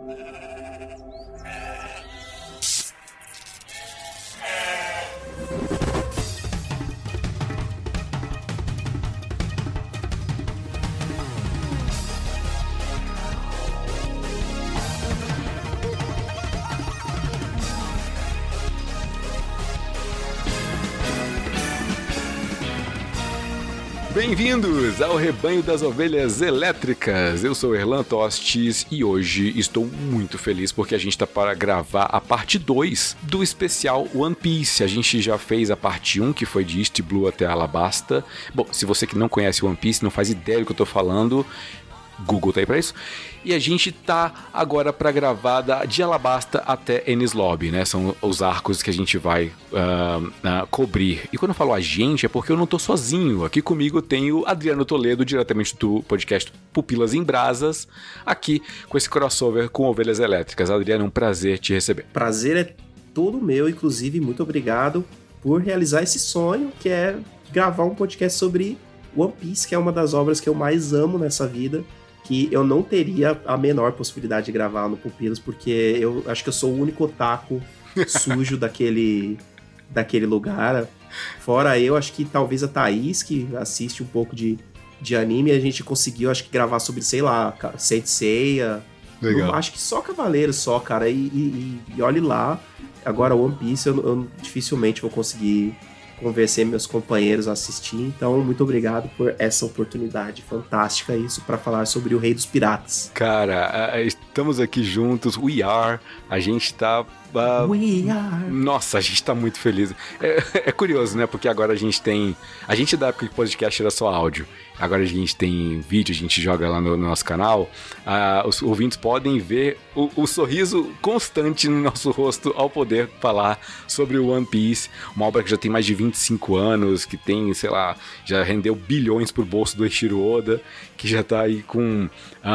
Bem-vindos ao Rebanho das Ovelhas Elétricas. Eu sou Erlan Tostes e hoje estou muito feliz porque a gente está para gravar a parte 2 do especial One Piece. A gente já fez a parte 1, que foi de East Blue até Alabasta. Bom, se você que não conhece One Piece, não faz ideia do que eu estou falando, Google tá aí pra isso. E a gente tá agora pra gravar de Alabasta até Enies Lobby, né? São os arcos que a gente vai cobrir. E quando eu falo a gente, é porque eu não tô sozinho. Aqui comigo tem o Adriano Toledo, diretamente do podcast Pupilas em Brasas, aqui com esse crossover com Ovelhas Elétricas. Adriano, é um prazer te receber. Prazer é todo meu, inclusive, muito obrigado por realizar esse sonho, que é gravar um podcast sobre One Piece, que é uma das obras que eu mais amo nessa vida, que eu não teria a menor possibilidade de gravar no Pupilas, porque eu acho que eu sou o único otaku sujo daquele lugar. Fora eu, acho que talvez a Thaís, que assiste um pouco de anime, a gente conseguiu, acho que, gravar sobre, sei lá, Saint Seiya. Legal. Acho que só Cavaleiro, só, cara. E olhe lá, agora One Piece eu dificilmente vou conseguir convencer meus companheiros a assistir, então muito obrigado por essa oportunidade fantástica, isso, para falar sobre o Rei dos Piratas. Cara, estamos aqui juntos, a gente tá... Nossa, a gente tá muito feliz. É curioso, né? Porque agora a gente da época que o podcast era só áudio. Agora a gente tem vídeo, a gente joga lá no nosso canal. Os ouvintes podem ver o sorriso constante no nosso rosto ao poder falar sobre o One Piece. Uma obra que já tem mais de 25 anos, que tem, sei lá, já rendeu bilhões pro bolso do Eiichiro Oda, que já tá aí com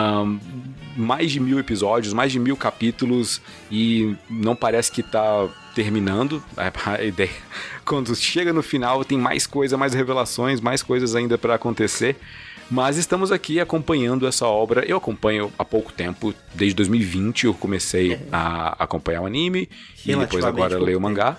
mais de 1000 episódios, mais de 1000 capítulos, e não parece que tá terminando. A ideia, quando chega no final, tem mais coisa, mais revelações, mais coisas ainda para acontecer. Mas estamos aqui acompanhando essa obra. Eu acompanho há pouco tempo, desde 2020 eu comecei a acompanhar o anime, e depois agora leio o mangá.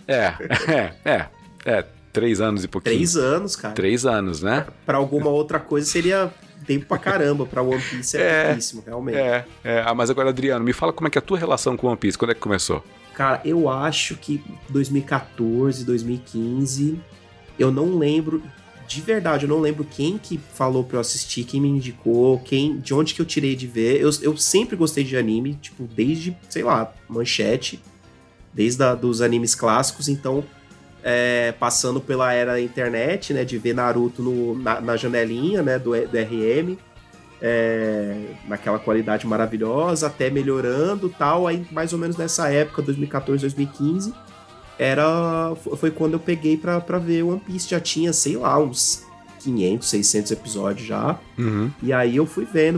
3 anos e pouquinho. 3 anos, cara. 3 anos, né? Pra alguma outra coisa seria tempo pra caramba. Pra One Piece é pouquíssimo, realmente. Mas agora, Adriano, me fala como é que é a tua relação com One Piece. Quando é que começou? Cara, eu acho que 2014, 2015, eu não lembro, de verdade, eu não lembro quem que falou pra eu assistir, quem me indicou, de onde que eu tirei de ver. Eu sempre gostei de anime, tipo, desde, sei lá, Manchete, desde dos animes clássicos, então, passando pela era da internet, né, de ver Naruto na janelinha, né, do RM, naquela qualidade maravilhosa, até melhorando e tal. Aí mais ou menos nessa época, 2014, 2015, foi quando eu peguei pra ver One Piece. Já tinha, sei lá, uns 500, 600 episódios já. Uhum. E aí eu fui vendo.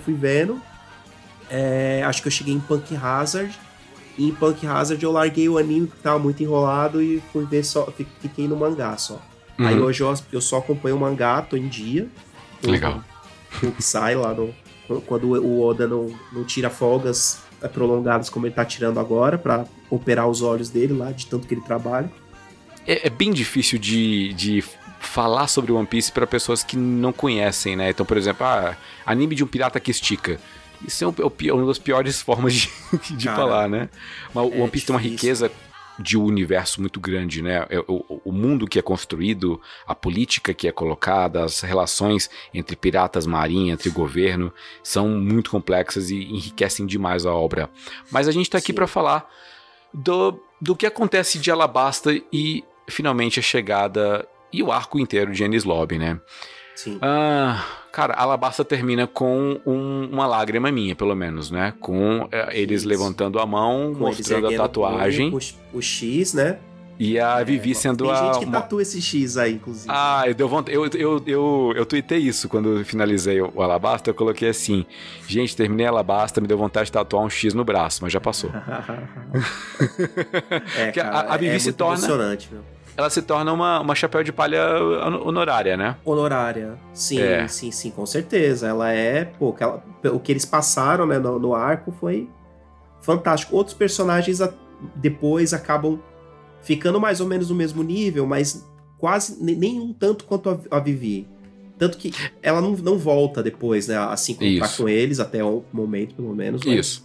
Acho que eu cheguei em Punk Hazard. E em Punk Hazard eu larguei o anime porque tava muito enrolado e fui ver fiquei no mangá só. Uhum. Aí hoje eu só acompanho o mangá, tô em dia. Legal. Que sai lá quando o Oda não tira folgas prolongadas como ele tá tirando agora, pra operar os olhos dele lá, de tanto que ele trabalha. É bem difícil de falar sobre One Piece para pessoas que não conhecem, né? Então, por exemplo, anime de um pirata que estica. Isso é uma das piores formas de falar, né? Mas o One Piece tem uma riqueza de um universo muito grande, né? O mundo que é construído, a política que é colocada, as relações entre piratas, marinha, entre governo, são muito complexas e enriquecem demais a obra. Mas a gente tá aqui para falar do que acontece de Alabasta e finalmente a chegada e o arco inteiro de Enies Lobby, né? Sim. Cara, Alabasta termina com uma lágrima minha, pelo menos, né? Com eles levantando a mão, com mostrando a tatuagem. O X, né? E a Vivi sendo tem gente que tatua esse X aí, inclusive. Deu vontade. Eu tuitei isso quando finalizei o Alabasta. Eu coloquei assim: gente, terminei Alabasta, me deu vontade de tatuar um X no braço, mas já passou. Cara, a Vivi se torna. Emocionante, meu. ela se torna uma chapéu de palha honorária, né? Honorária. Sim, sim, com certeza. Ela é... Pô, o que eles passaram, né, no arco foi fantástico. Outros personagens depois acabam ficando mais ou menos no mesmo nível, mas quase nenhum tanto quanto a Vivi. Tanto que ela não volta depois, né, a se encontrar com eles, até o momento, pelo menos. Isso.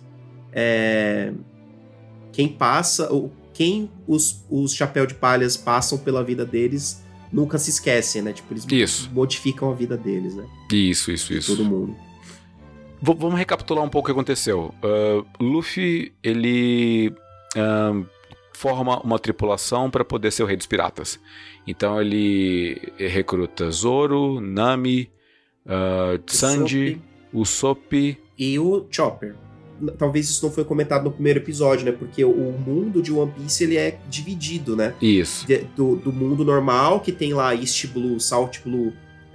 Quem passa... Quem os Chapéu de Palhas passam pela vida deles nunca se esquecem, né? Tipo, eles modificam a vida deles, né? Isso. Todo mundo. Vamos recapitular um pouco o que aconteceu. Luffy, ele forma uma tripulação para poder ser o rei dos piratas. Então ele recruta Zoro, Nami, Sanji, Usopp e o Chopper. Talvez isso não foi comentado no primeiro episódio, né? Porque o mundo de One Piece, ele é dividido, né? Isso. Do mundo normal, que tem lá East Blue, South Blue,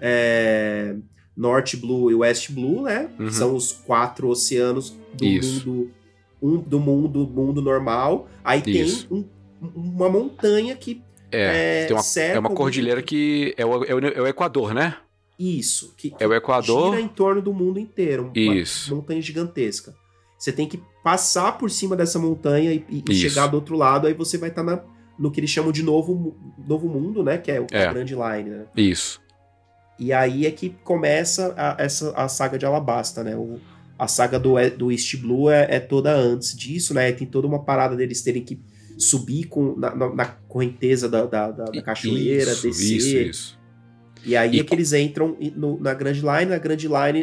North Blue e West Blue, né? Uhum. São os 4 oceanos do mundo normal. Aí tem uma montanha que tem uma cordilheira que é o Equador, né? Isso. Que é o Equador. Gira em torno do mundo inteiro. Isso. Uma montanha gigantesca. Você tem que passar por cima dessa montanha e chegar do outro lado, aí você vai estar no que eles chamam de novo mundo, né? Que é a Grand Line, né? Isso. E aí é que começa a saga de Alabasta, né? A saga do East Blue é toda antes disso, né? Tem toda uma parada deles terem que subir na correnteza da cachoeira, descer. Isso. E aí é que eles entram na Grand Line. Na Grand Line,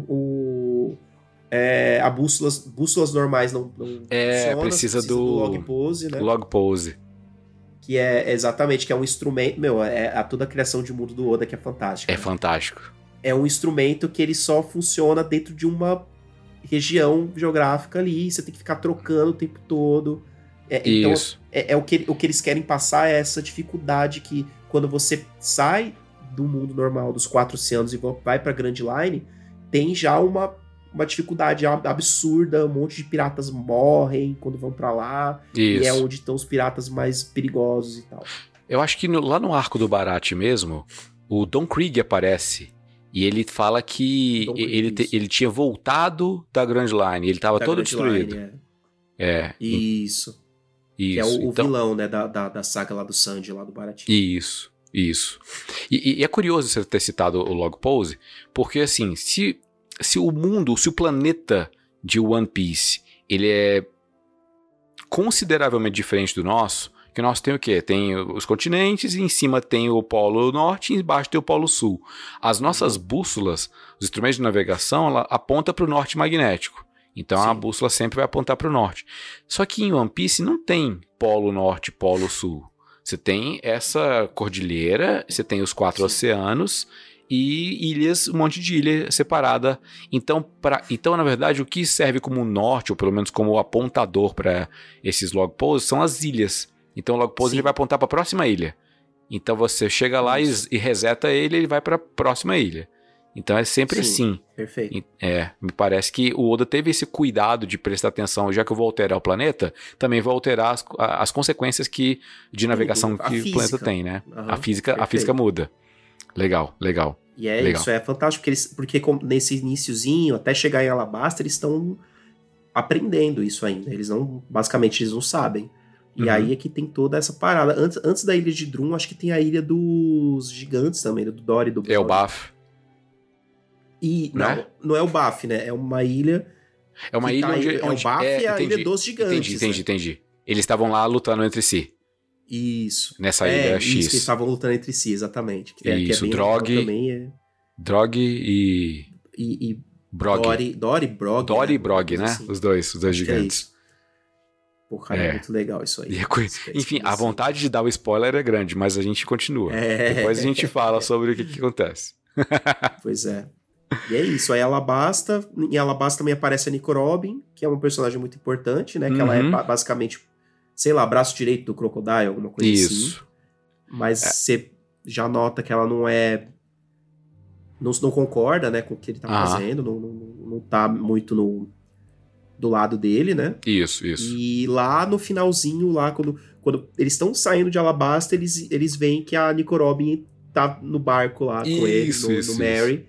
a bússolas normais não funcionam. Precisa do log pose, né? Log pose. Que exatamente, que é um instrumento... toda a criação de mundo do Oda que é fantástica. É fantástico. É um instrumento que ele só funciona dentro de uma região geográfica ali. Você tem que ficar trocando o tempo todo. Então, o que eles querem passar é essa dificuldade que quando você sai do mundo normal, dos 4 oceanos, e vai pra Grand Line, tem já uma dificuldade absurda, um monte de piratas morrem quando vão pra lá, e é onde estão os piratas mais perigosos e tal. Eu acho que lá no arco do Baratie mesmo, o Don Krieg aparece, e ele fala que ele tinha voltado da Grand Line, ele estava todo destruído. Isso. Que é o vilão, né, da saga lá do Sanji, lá do Baratie. Isso. E é curioso você ter citado o Log Pose, porque assim, se o planeta de One Piece, ele é consideravelmente diferente do nosso, que nós tem o quê? Tem os continentes, e em cima tem o Polo Norte, e embaixo tem o Polo Sul. As nossas bússolas, os instrumentos de navegação, ela aponta para o norte magnético. Então a bússola sempre vai apontar para o norte. Só que em One Piece não tem Polo Norte e Polo Sul. Você tem essa cordilheira, você tem os 4 oceanos e ilhas, um monte de ilha separada. Então, na verdade, o que serve como norte, ou pelo menos como apontador para esses log posts, são as ilhas. Então o log post ele vai apontar para a próxima ilha. Então você chega lá e reseta ele vai para a próxima ilha. Então é sempre assim. Perfeito. Me parece que o Oda teve esse cuidado de prestar atenção, já que eu vou alterar o planeta, também vou alterar as consequências de navegação que o planeta tem, né? A física muda. Legal. E isso é fantástico, porque nesse iniciozinho, até chegar em Alabasta, eles estão aprendendo isso ainda. Basicamente, eles não sabem. E aí é que tem toda essa parada. Antes da ilha de Drum, acho que tem a ilha dos gigantes também, do Dory e do Broly. É o Baf. E não é o Baf, né? É uma ilha... É uma ilha onde... É o Baf e a ilha dos gigantes. Entendi. Eles estavam lá lutando entre si. Isso. Nessa ilha X. Isso, que eles estavam lutando entre si, exatamente. Que isso, é bem Drog... Drog e... Brog. Dory e Brog. Dory e Brog, né? Assim. Os dois gigantes. Porra, é muito legal isso aí. Enfim, a vontade de dar o spoiler é grande, mas a gente continua. Depois a gente fala sobre o que acontece. Pois é. E é isso. Aí Alabasta. Em Alabasta também aparece a Nico Robin, que é uma personagem muito importante, né? Que ela é basicamente, sei lá, braço direito do Crocodile, alguma coisa assim. Mas você já nota que ela não é... Não concorda, né, com o que ele tá fazendo. Não tá muito do lado dele, né? Isso. E lá no finalzinho, lá Quando eles estão saindo de Alabasta, eles veem que a Nico Robin tá no barco lá com ele, no Mary.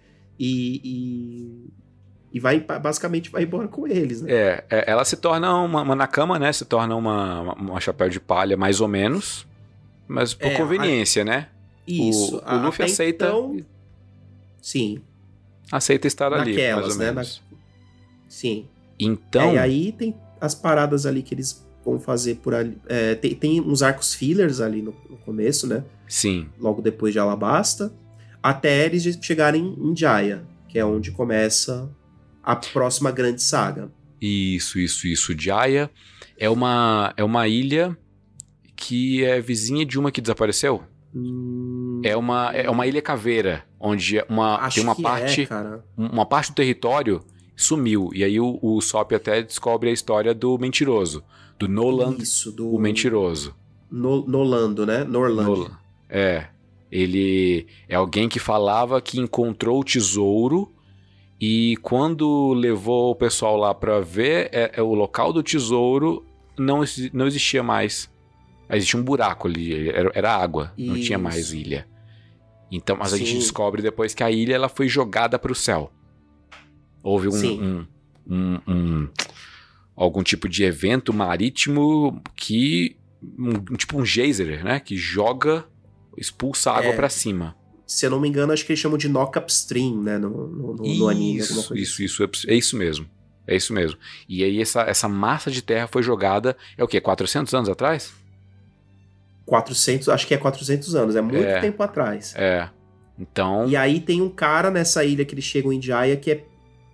E basicamente vai embora com eles, né? Ela se torna uma nakama, né? Se torna uma chapéu de palha, mais ou menos. Mas por conveniência, né? Isso. O Luffy aceita... Então, sim. Aceita estar ali, naquelas, mais ou menos. Sim. Então... E aí tem as paradas ali que eles vão fazer por ali. Tem uns arcos fillers ali no começo, né? Sim. Logo depois de Alabasta. Até eles chegarem em Jaya, que é onde começa a próxima grande saga. Isso. Jaya é uma ilha que é vizinha de uma que desapareceu. É uma ilha caveira, onde tem uma parte... uma parte do território sumiu. E aí o Sop até descobre a história do mentiroso. Do Noland, o mentiroso. Nolando, né? Norland. Ele é alguém que falava que encontrou o tesouro e quando levou o pessoal lá pra ver o local do tesouro, não existia mais. Existia um buraco ali, era água, não tinha mais ilha. Então, mas a gente descobre depois que a ilha ela foi jogada para o céu. Houve algum tipo de evento marítimo que tipo um geyser, né, que expulsa água para cima. Se eu não me engano, acho que eles chamam de knock upstream, né, no anime, alguma coisa. É isso mesmo. É isso mesmo. E aí essa massa de terra foi jogada, é o quê? 400 anos atrás? 400, acho que é 400 anos, é muito tempo atrás. Então... E aí tem um cara nessa ilha que eles chegam em Jaya que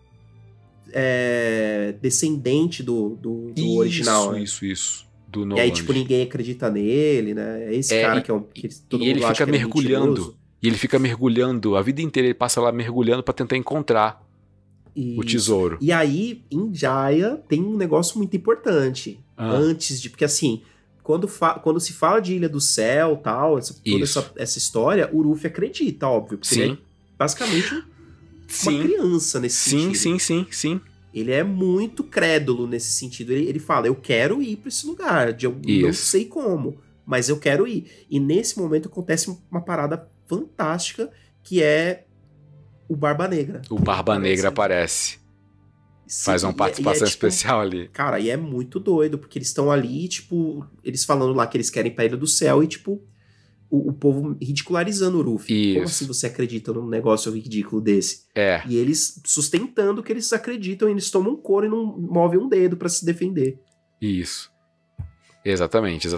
é descendente do original. Isso. Do Noland. E aí, tipo, ninguém acredita nele, né? É esse cara que todo mundo ele acha fica mergulhando. E ele fica mergulhando, a vida inteira ele passa lá mergulhando pra tentar encontrar o tesouro. E aí, em Jaya, tem um negócio muito importante. Antes de... Porque assim... Quando se fala de Ilha do Céu e tal, toda essa história, o Luffy acredita, óbvio. Porque ele é basicamente uma criança nesse sentido. Sim. Ele é muito crédulo nesse sentido. Ele fala, eu quero ir pra esse lugar. Eu não sei como, mas eu quero ir. E nesse momento acontece uma parada fantástica, que é o Barba Negra. O Barba Negra aparece. Faz uma participação especial ali. Cara, e é muito doido, porque eles estão ali, tipo, eles falando lá que eles querem ir pra Ilha do Céu e, tipo, o povo ridicularizando o Luffy. Como assim você acredita num negócio ridículo desse? E eles sustentando que eles acreditam, e eles tomam um couro e não movem um dedo pra se defender. Isso. Exatamente.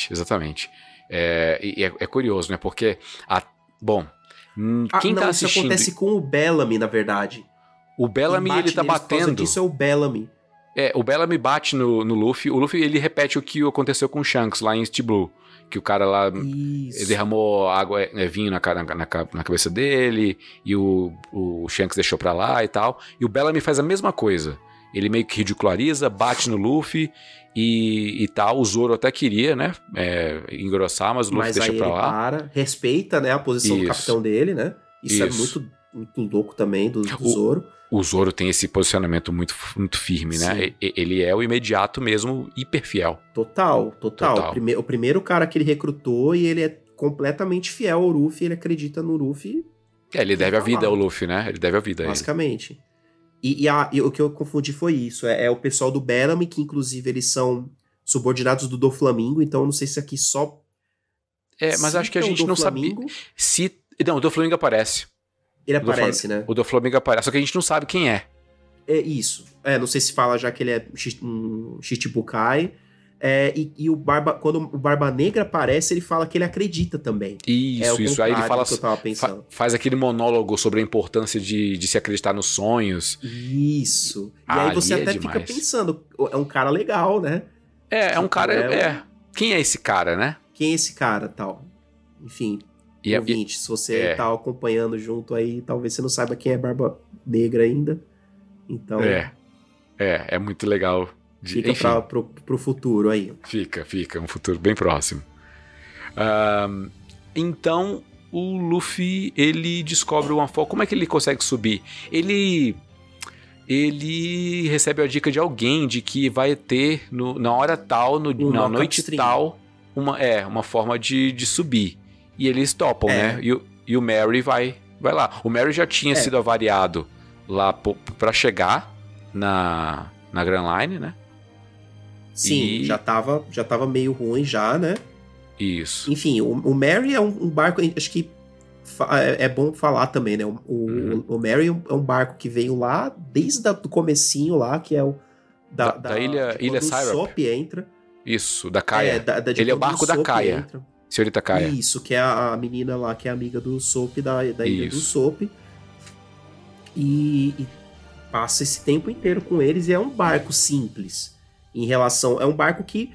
É curioso, né? Porque, quem tá assistindo... Isso acontece com o Bellamy, na verdade. O Bellamy, ele tá batendo... Disso é o Bellamy. O Bellamy bate no Luffy. O Luffy, ele repete o que aconteceu com o Shanks lá em East Blue. Que o cara lá derramou água, vinho na cabeça dele. E o Shanks deixou pra lá e tal. E o Bellamy faz a mesma coisa. Ele meio que ridiculariza, bate no Luffy e tal. O Zoro até queria, né? Engrossar, mas o Luffy deixa pra lá. Respeita, né, a posição do capitão dele, né? Isso é muito louco também do Zoro. O Zoro tem esse posicionamento muito, muito firme, né? Ele é o imediato mesmo, hiper fiel. Total. O primeiro cara que ele recrutou e ele é completamente fiel ao Luffy, ele acredita no Luffy. Ele deve a vida ao Luffy, né? Ele deve a vida a ele. Basicamente. E o que eu confundi foi isso. É o pessoal do Bellamy, que inclusive eles são subordinados do Doflamingo, então eu não sei se aqui só... mas acho que a gente não sabe... Não, o Doflamingo aparece. Ele aparece, né? O Doflamingo aparece, só que a gente não sabe quem é. É isso. Não sei se fala já que ele é um Shichibukai. Quando o Barba Negra aparece, ele fala que ele acredita também. Isso. Aí ele fala, que eu tava pensando. Faz aquele monólogo sobre a importância de se acreditar nos sonhos. Isso. E aí você até fica pensando, é um cara legal, né? É um cara... Quem é esse cara, né? Quem é esse cara, tal? Enfim... ouvinte, se você tá acompanhando junto aí, talvez você não saiba quem é Barba Negra ainda. Então... É muito legal. Fica pro futuro aí. Fica, um futuro bem próximo. Então, o Luffy, ele descobre uma forma... Como é que ele consegue subir? Ele recebe a dica de alguém de que vai ter, na hora tal, na noite tal... uma forma de subir. E eles topam, né? E o Merry vai lá. O Merry já tinha sido avariado lá pra chegar na Grand Line, né? Sim, já tava meio ruim já, né? Isso. Enfim, o Merry é um barco, acho que é bom falar também, né? O Merry é um barco que veio lá desde o comecinho lá, que é o da ilha Syrup. O Soap entra. Isso, da Kaia. Ele é o barco da Kaia. Senhorita Kaia. Isso, que é a menina lá, que é amiga do Soap, da ilha do Soap. E passa esse tempo inteiro com eles, e é um barco simples. Em relação... É um barco que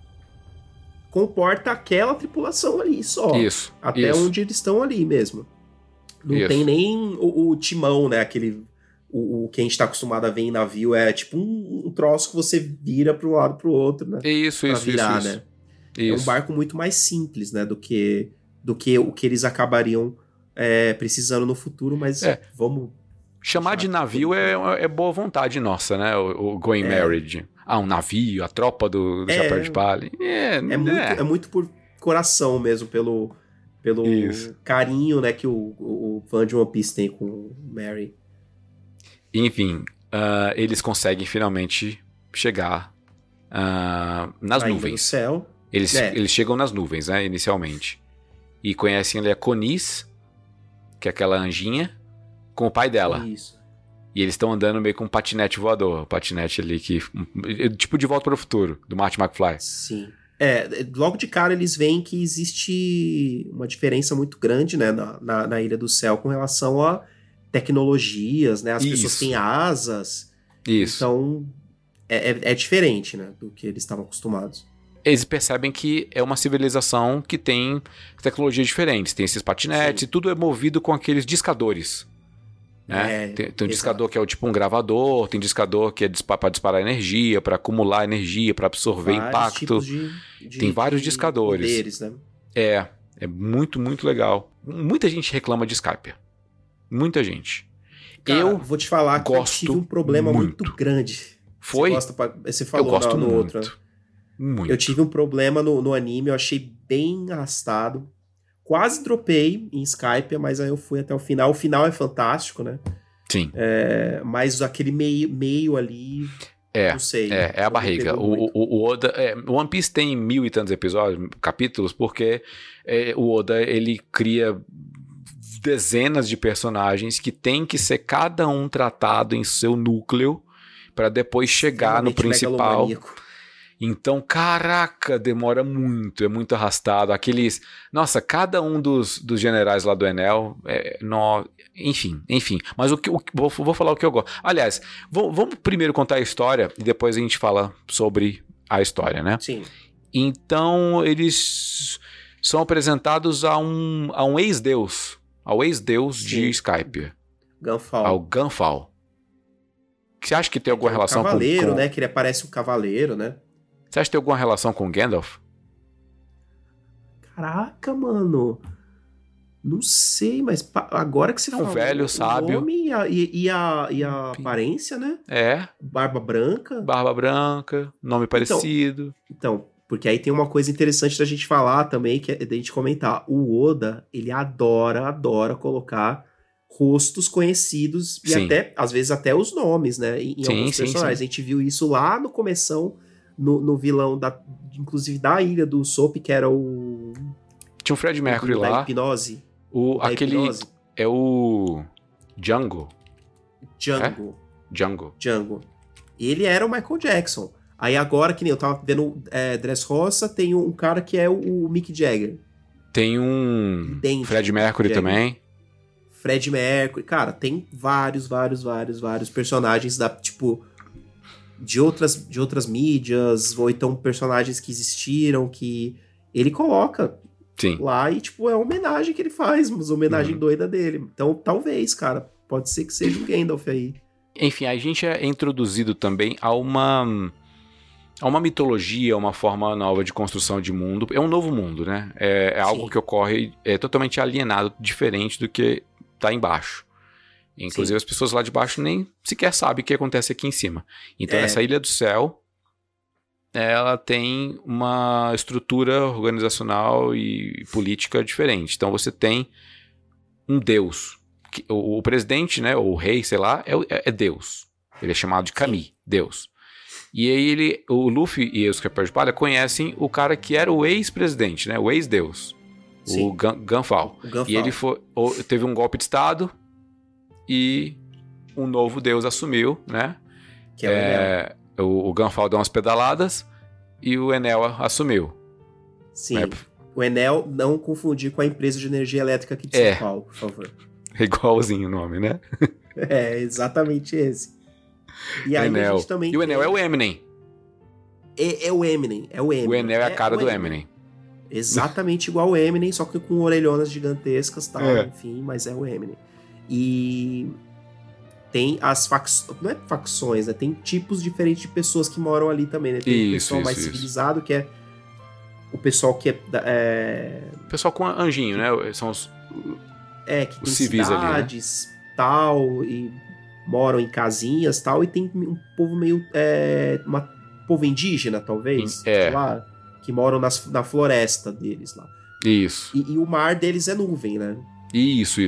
comporta aquela tripulação ali só. Isso. Até onde eles estão ali mesmo. Não tem nem o timão, né? O que a gente tá acostumado a ver em navio é tipo um troço que você vira para um lado pro outro, né? Isso. Né? É um barco muito mais simples, né? Do que o que eles acabariam precisando no futuro, mas vamos... Chamar de navio é boa vontade nossa, né? O Going Married. Um navio, a tropa do Chapéu de Palha. É muito por coração mesmo, pelo carinho, né, que o fã de One Piece tem com o Merry. Enfim, eles conseguem finalmente chegar nas nuvens. No céu. Eles chegam nas nuvens, né, inicialmente. E conhecem ali a Conis, que é aquela anjinha, com o pai dela. Isso. E eles estão andando meio com um patinete voador. Um patinete ali que... Tipo De Volta para o Futuro, do Marty McFly. Sim. Logo de cara eles veem que existe uma diferença muito grande, né, na Ilha do Céu com relação a tecnologias, né? As pessoas têm asas. Isso. Então, é diferente, né, do que eles estavam acostumados. Eles percebem que é uma civilização que tem tecnologias diferentes. Tem esses patinetes e tudo é movido com aqueles discadores. Né? Tem um discador que é tipo um gravador, tem discador que é para disparar energia, para acumular energia, para absorver impacto. Tem vários discadores. Poderes, né? É muito, muito legal. Muita gente reclama de Skypiea. Muita gente. Cara, eu vou te falar que eu tive um problema muito grande. Foi? Você falou eu gosto no muito. outro. Muito. Eu tive um problema no anime, eu achei bem arrastado. Quase dropei em Skypiea, mas aí eu fui até o final. O final é fantástico, né? Sim. Mas aquele meio ali, não sei. É a barriga. O Oda... o One Piece tem 1000 e tantos episódios, capítulos, porque o Oda, ele cria dezenas de personagens que tem que ser cada um tratado em seu núcleo para depois chegar no principal. Então, caraca, demora muito, é muito arrastado. Nossa, cada um dos generais lá do Enel, enfim. Mas vou falar o que eu gosto. Aliás, vamos primeiro contar a história e depois a gente fala sobre a história, né? Sim. Então, eles são apresentados a um ex-deus, ao ex-deus de Skypiea. Gunfall. Ao Gunfall. Você acha que tem alguma relação com... Cavaleiro, né? Que ele parece um cavaleiro, né? Você acha que tem alguma relação com Gandalf? Caraca, mano. Não sei, mas agora que você falou... Um velho sábio. O nome e a aparência, né? Barba branca. Barba branca, nome parecido. Então, porque aí tem uma coisa interessante da gente falar também, que é da gente comentar. O Oda, ele adora colocar rostos conhecidos e até, às vezes, até os nomes, né? Em alguns personagens. Sim. A gente viu isso lá no começão... No vilão, inclusive da ilha do Soap, que era o... Tinha um Fred Mercury lá. Da hipnose. Hipnose. É o... Django. Django. Ele era o Michael Jackson. Aí agora, que nem eu tava vendo Dressrosa, tem um cara que é o Mick Jagger. Tem um Fred Mercury também. Fred Mercury. Cara, tem vários personagens tipo... De outras mídias, ou então personagens que existiram, que ele coloca lá e, tipo, é uma homenagem que ele faz, uma homenagem doida dele. Então, talvez, cara, pode ser que seja um Gandalf aí. Enfim, a gente é introduzido também a uma mitologia, uma forma nova de construção de mundo. É um novo mundo, né? É algo que ocorre totalmente alienado, diferente do que tá embaixo. Inclusive as pessoas lá de baixo nem sequer sabem o que acontece aqui em cima. Então essa Ilha do Céu ela tem uma estrutura organizacional e política diferente. Então você tem um deus. O presidente, né, ou o rei, sei lá, é Deus. Ele é chamado de Kami, Deus. E aí o Luffy e os Chapéu de Palha conhecem o cara que era o ex-presidente, né, o ex-deus. Sim. O Gunfall. E ele teve um golpe de estado e um novo deus assumiu, né? Que é o Enel. O Gunfall deu umas pedaladas e o Enel assumiu. Sim. O Enel, não confundir com a empresa de energia elétrica aqui de São Paulo, por favor. É igualzinho o nome, né? É, exatamente esse. E aí Enel. a gente também o Enel é o Eminem. É o Eminem. O Enel é a cara do Eminem. Exatamente igual o Eminem, só que com orelhonas gigantescas e tal, enfim, mas é o Eminem. E tem as facções, não é facções, né? Tem tipos diferentes de pessoas que moram ali também, né? Tem o pessoal mais civilizado, que é o pessoal que é... O pessoal com anjinho, né? São os que tem civis cidades, ali, né? tal, e moram em casinhas, tal, e tem um povo meio... um povo indígena, talvez, sei lá, que moram na floresta deles lá. Isso. E o mar deles é nuvem, né? Isso.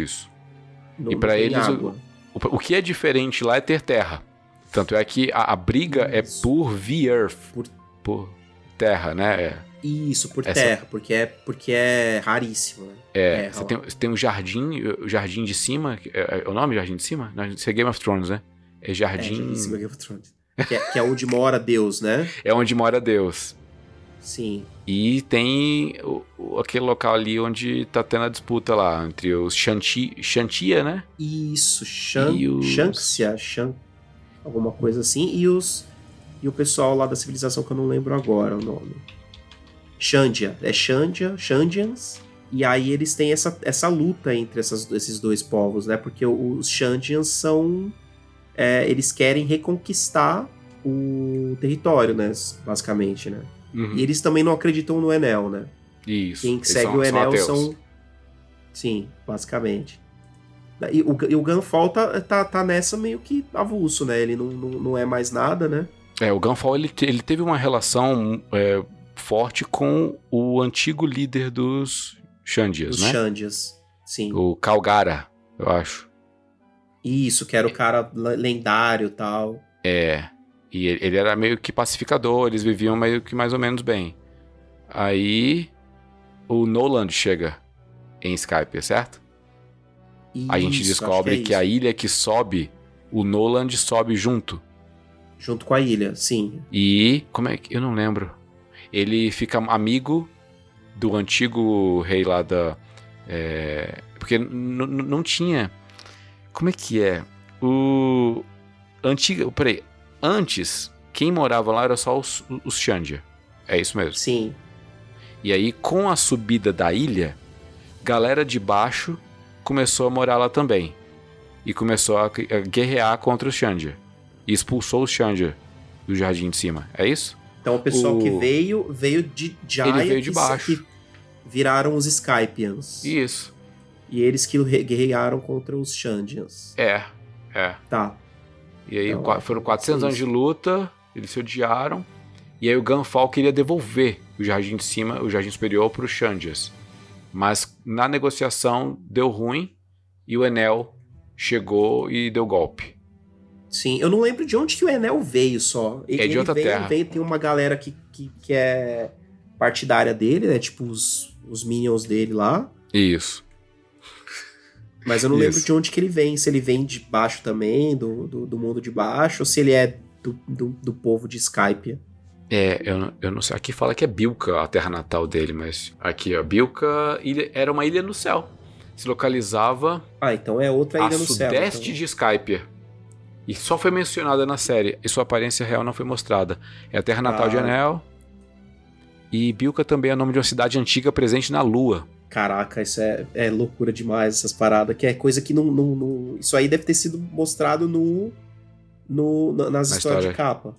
E pra eles, o que é diferente lá é ter terra. Tanto é que a briga é por V-Earth. Por terra, né? Isso, por terra, porque é raríssimo, né? Você tem um jardim, o jardim de cima, é o nome Jardim de Cima? Isso é Game of Thrones, né? É Jardim... Jardim de Cima, Game of Thrones. Que é onde mora Deus, né? É onde mora Deus. Sim. E tem aquele local ali onde tá tendo a disputa lá, entre os Shantia, né? Isso, Shanxia, alguma coisa assim, e o pessoal lá da civilização que eu não lembro agora o nome. Shandia, Shandians, e aí eles têm essa luta entre esses dois povos, né? Porque os Shandians são... eles querem reconquistar o território, né? Basicamente, né? Uhum. E eles também não acreditam no Enel, né? Isso. Quem segue o Enel são... Sim, basicamente. E o Gunfall tá nessa meio que avulso, né? Ele não é mais nada, né? O Gunfall, ele teve uma relação forte com o antigo líder dos Shandias, né? Os Shandias, sim. O Calgara, eu acho. Isso, que era o cara lendário e tal. E ele era meio que pacificador, eles viviam meio que mais ou menos bem. Aí o Noland chega em Skype, certo? Isso, a gente descobre que a ilha que sobe, o Noland sobe junto. Junto com a ilha, sim. E, como é que... Eu não lembro. Ele fica amigo do antigo rei lá da... porque não tinha... Como é que é? Peraí. Antes, quem morava lá era só os Shandia. É isso mesmo? Sim. E aí, com a subida da ilha, galera de baixo começou a morar lá também. E começou a guerrear contra os Shandia. E expulsou os Shandia do Jardim de Cima. É isso? Então o pessoal que veio de Jaya, ele veio de baixo. Que viraram os Skypians. Isso. E eles que guerrearam contra os Shandians. Tá. E aí então, foram 400 anos de luta, eles se odiaram. E aí o Gunfall queria devolver o Jardim de Cima, o Jardim Superior, para os Shandias. Mas na negociação deu ruim e o Enel chegou e deu golpe. Sim, eu não lembro de onde que o Enel veio só. Ele de outra terra. Tem uma galera que é partidária dele, né? Tipo os minions dele lá. Isso. Mas eu não lembro de onde que ele vem. Se ele vem de baixo também, do mundo de baixo, ou se ele é do povo de Skype. Eu não sei. Aqui fala que é Bilka, a terra natal dele, mas aqui, ó, Bilka era uma ilha no céu. Se localizava... então é outra ilha no céu. A sudeste de Skypiea. E só foi mencionada na série. E sua aparência real não foi mostrada. É a terra natal de Enel. E Bilka também é o nome de uma cidade antiga presente na Lua. Caraca, isso é loucura demais, essas paradas. Que é coisa que não... Isso aí deve ter sido mostrado nas histórias de capa.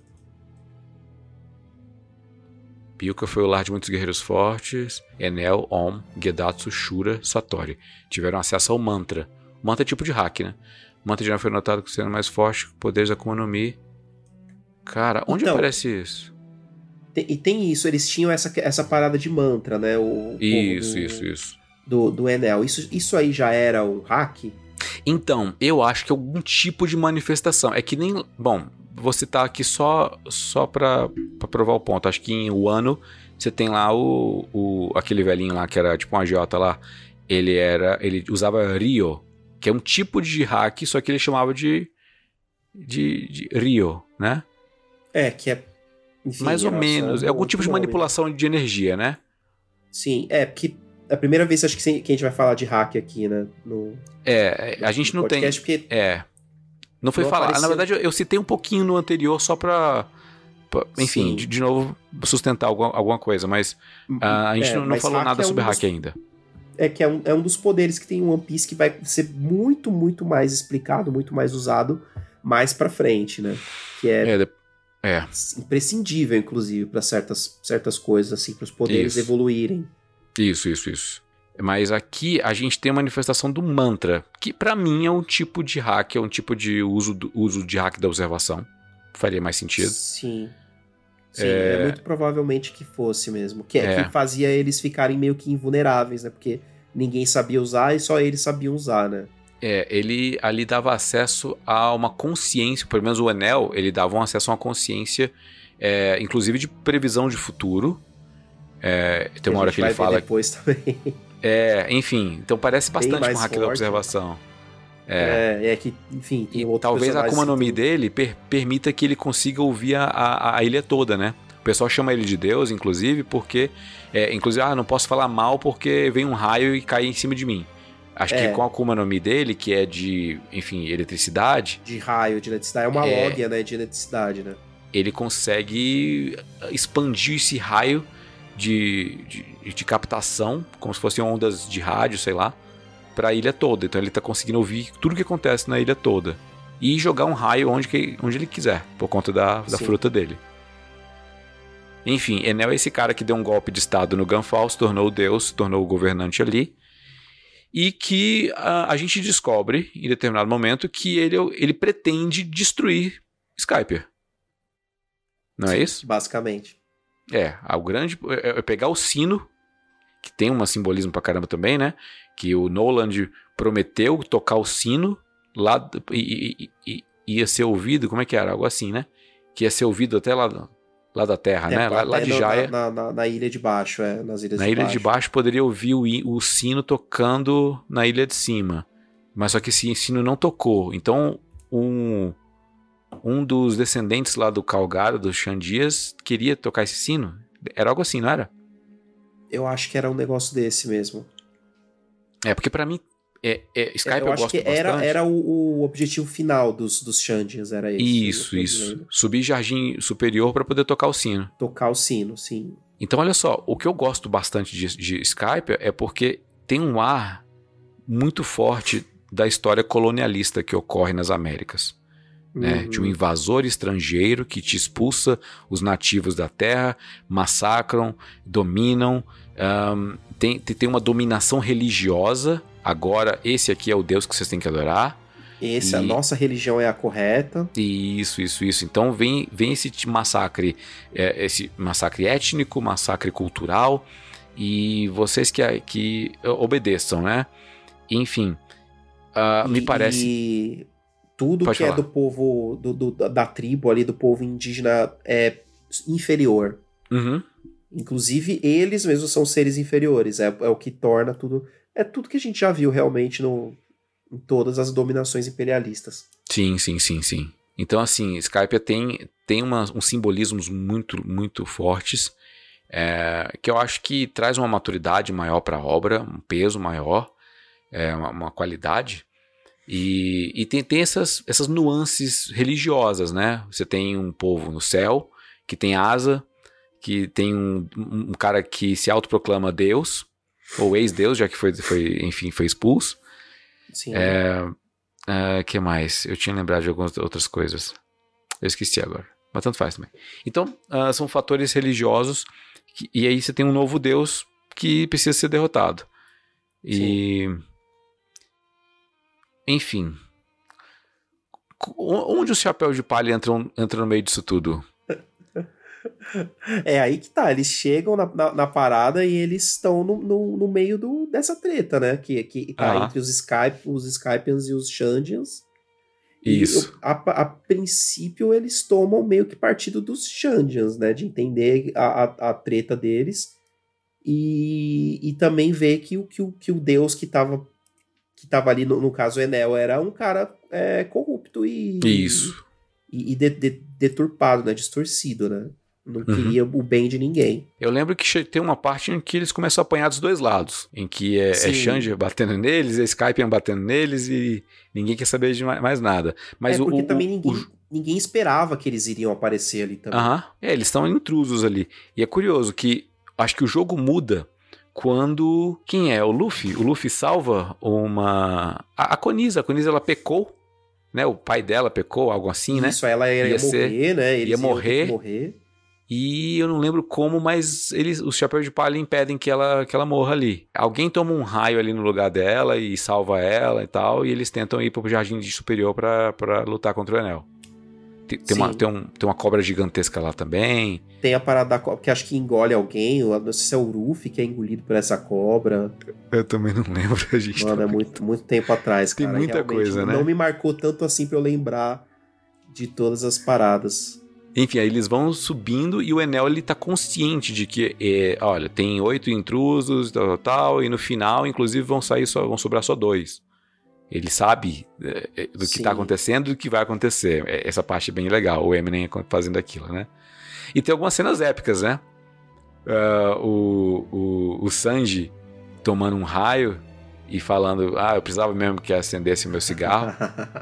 Bilka foi o lar de muitos guerreiros fortes. Enel, Om, Gedatsu, Shura, Satori. Tiveram acesso ao mantra. O mantra é tipo de hack, né? O mantra já foi notado como sendo mais forte, poderes da Akuma no Mi. Cara, onde aparece isso? E tem isso, eles tinham essa parada de mantra, né? Isso. Do Enel. Isso aí já era um hack? Então, eu acho que é algum tipo de manifestação. É que nem... Bom, vou citar aqui só pra provar o ponto. Acho que em Wano, você tem lá aquele velhinho lá, que era tipo um agiota lá. Ele usava Ryo, que é um tipo de hack, só que ele chamava de Ryo, né? Que é... Enfim, mais ou menos. É algum tipo de manipulação de energia, né? Sim, porque a primeira vez acho que a gente vai falar de hack aqui, né? A gente não tem... Porque não foi falar. Na verdade, eu citei um pouquinho no anterior só pra enfim, de novo, sustentar alguma coisa, mas a gente não falou nada sobre hack ainda. Que é um dos poderes que tem em One Piece que vai ser muito, muito mais explicado, muito mais usado mais pra frente, né? Que é imprescindível, inclusive, pra certas coisas, assim, pros poderes evoluírem. Isso. Mas aqui a gente tem a manifestação do mantra, que pra mim é um tipo de hack, é um tipo de uso de hack da observação. Faria mais sentido. Sim, muito provavelmente que fosse mesmo. Que fazia eles ficarem meio que invulneráveis, né? Porque ninguém sabia usar e só eles sabiam usar, né? Ele ali dava acesso a uma consciência, pelo menos o Enel, ele dava um acesso a uma consciência, inclusive de previsão de futuro. Tem uma hora que ele fala... depois também. Enfim, então parece bastante com o hack da observação. Que, enfim, tem outros talvez a Akuma no Mi dele permita que ele consiga ouvir a ilha toda, né? O pessoal chama ele de Deus, inclusive, porque... inclusive, não posso falar mal porque vem um raio e cai em cima de mim. Acho que com a Akuma no Mi dele, que é de, enfim, eletricidade... De raio, de eletricidade. É uma lógia, né, de eletricidade, né? Ele consegue expandir esse raio de captação, como se fossem ondas de rádio, sei lá, para a ilha toda. Então ele está conseguindo ouvir tudo o que acontece na ilha toda. E jogar um raio onde ele quiser, por conta da fruta dele. Enfim, Enel é esse cara que deu um golpe de estado no Gunfall, se tornou o deus, se tornou o governante ali. E que a gente descobre, em determinado momento, que ele pretende destruir Skypiea. Não é isso? Basicamente. O grande... É pegar o sino, que tem um simbolismo pra caramba também, né? Que o Noland prometeu tocar o sino lá e ia ser ouvido, como é que era? Algo assim, né? Que ia ser ouvido até lá da Terra, né? Lá de Jaya. Na ilha de baixo, nas ilhas de baixo. Na ilha de baixo poderia ouvir o sino tocando na ilha de cima. Mas só que esse sino não tocou. Então, um dos descendentes lá do Calgaro, dos Xandias, queria tocar esse sino. Era algo assim, não era? Eu acho que era um negócio desse mesmo. Porque pra mim, Skype eu gosto bastante. Era o objetivo final dos Xandias, era esse. Isso. Subir Jardim Superior pra poder tocar o sino. Tocar o sino, sim. Então, olha só, o que eu gosto bastante de Skype é porque tem um ar muito forte da história colonialista que ocorre nas Américas. Né? De um invasor estrangeiro que te expulsa os nativos da terra, massacram, dominam, tem uma dominação religiosa. Agora, esse aqui é o Deus que vocês têm que adorar. A nossa religião é a correta. Isso. Então vem esse massacre étnico, massacre cultural, e vocês que obedeçam, né? Enfim, me parece... Tudo Pode que falar. É do povo, da tribo ali, do povo indígena, é inferior. Uhum. Inclusive, eles mesmos são seres inferiores. É o que torna tudo... É tudo que a gente já viu realmente em todas as dominações imperialistas. Sim. Então, assim, Skypiea tem uns simbolismos muito, muito fortes, que eu acho que traz uma maturidade maior para a obra, um peso maior, uma qualidade... E tem essas nuances religiosas, né? Você tem um povo no céu, que tem asa, que tem um cara que se autoproclama Deus, ou ex-Deus, já que foi expulso. Sim. Que mais? Eu tinha lembrado de algumas outras coisas. Eu esqueci agora, mas tanto faz também. Então, são fatores religiosos, e aí você tem um novo Deus que precisa ser derrotado. Sim. Enfim, onde o chapéu de palha entra no meio disso tudo? É aí que tá, eles chegam na parada e eles estão no meio dessa treta, né? Que tá entre os Skypians e os Shandians. E Isso. a princípio eles tomam meio que partido dos Shandians, né? De entender a treta deles. E também ver que o deus que tava ali, no caso Enel, era um cara corrupto Isso. e deturpado, né? Distorcido, né? Não queria o bem de ninguém. Eu lembro que tem uma parte em que eles começam a apanhar dos dois lados. Em que é Xande batendo neles, é Skypian batendo neles e ninguém quer saber de mais nada. Mas porque também ninguém esperava que eles iriam aparecer ali também. Eles estão intrusos ali. E é curioso que acho que o jogo muda quando... Quem é? O Luffy? O Luffy salva uma... A Konisa. A Konisa, ela pecou, né? O pai dela pecou, algo assim, né? Isso, ela ia morrer, né? Eles ia morrer. E eu não lembro como, mas os Chapéus de Palha impedem que ela morra ali. Alguém toma um raio ali no lugar dela e salva ela e tal, e eles tentam ir pro Jardim Superior pra lutar contra o Enel. Tem uma cobra gigantesca lá também. Tem a parada da cobra, que acho que engole alguém. Não sei se é o Ruffy que é engolido por essa cobra. Eu também não lembro, a gente. Mano, é muito tempo atrás, cara. Tem muita coisa, né? Não me marcou tanto assim pra eu lembrar de todas as paradas. Enfim, aí eles vão subindo e o Enel, ele tá consciente de que, olha, tem 8 intrusos, tal, e no final, inclusive, vão sobrar só 2. Ele sabe do que tá acontecendo e do que vai acontecer. Essa parte é bem legal, o Eminem fazendo aquilo, né? E tem algumas cenas épicas, né? O Sanji tomando um raio e falando, eu precisava mesmo que acendesse meu cigarro.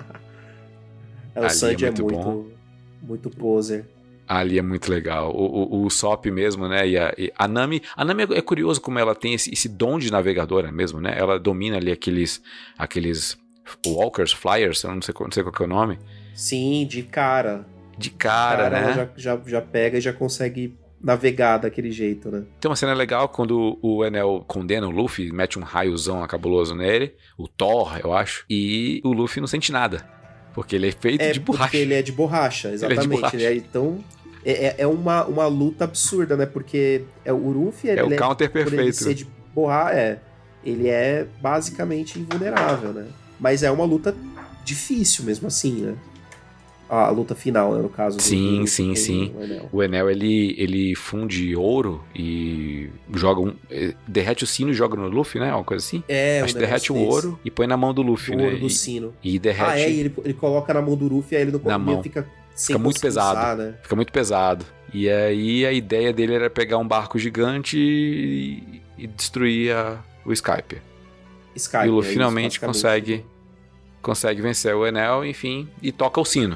O Sanji é muito poser. Ali é muito legal. O Sop mesmo, né? E a Nami. A Nami é curioso como ela tem esse dom de navegadora mesmo, né? Ela domina ali aqueles walkers, flyers, eu não sei qual que é o nome. Sim, de cara. De cara, né? Ela já pega e já consegue navegar daquele jeito, né? Tem uma cena legal quando o Enel condena o Luffy, mete um raiozão cabuloso nele, o Thor, eu acho, e o Luffy não sente nada. Porque ele é feito de borracha. Porque ele é de borracha, exatamente. Ele é de borracha. Então, é uma luta absurda, né? Porque o Luffy... É o counter perfeito. Por ele ser de borracha, ele é basicamente invulnerável, né? Mas é uma luta difícil mesmo assim, né? A luta final, né, no caso. Sim. O Enel, ele funde ouro e joga derrete o sino e joga no Luffy, né? Uma coisa assim. Acho que derrete o ouro e põe na mão do Luffy, né? O ouro do sino. E derrete... ele coloca na mão do Luffy, aí ele no começo fica muito pesado, né? Fica muito pesado. E aí a ideia dele era pegar um barco gigante e destruir o Skype. E o Luffy finalmente consegue vencer o Enel, enfim, e toca o sino.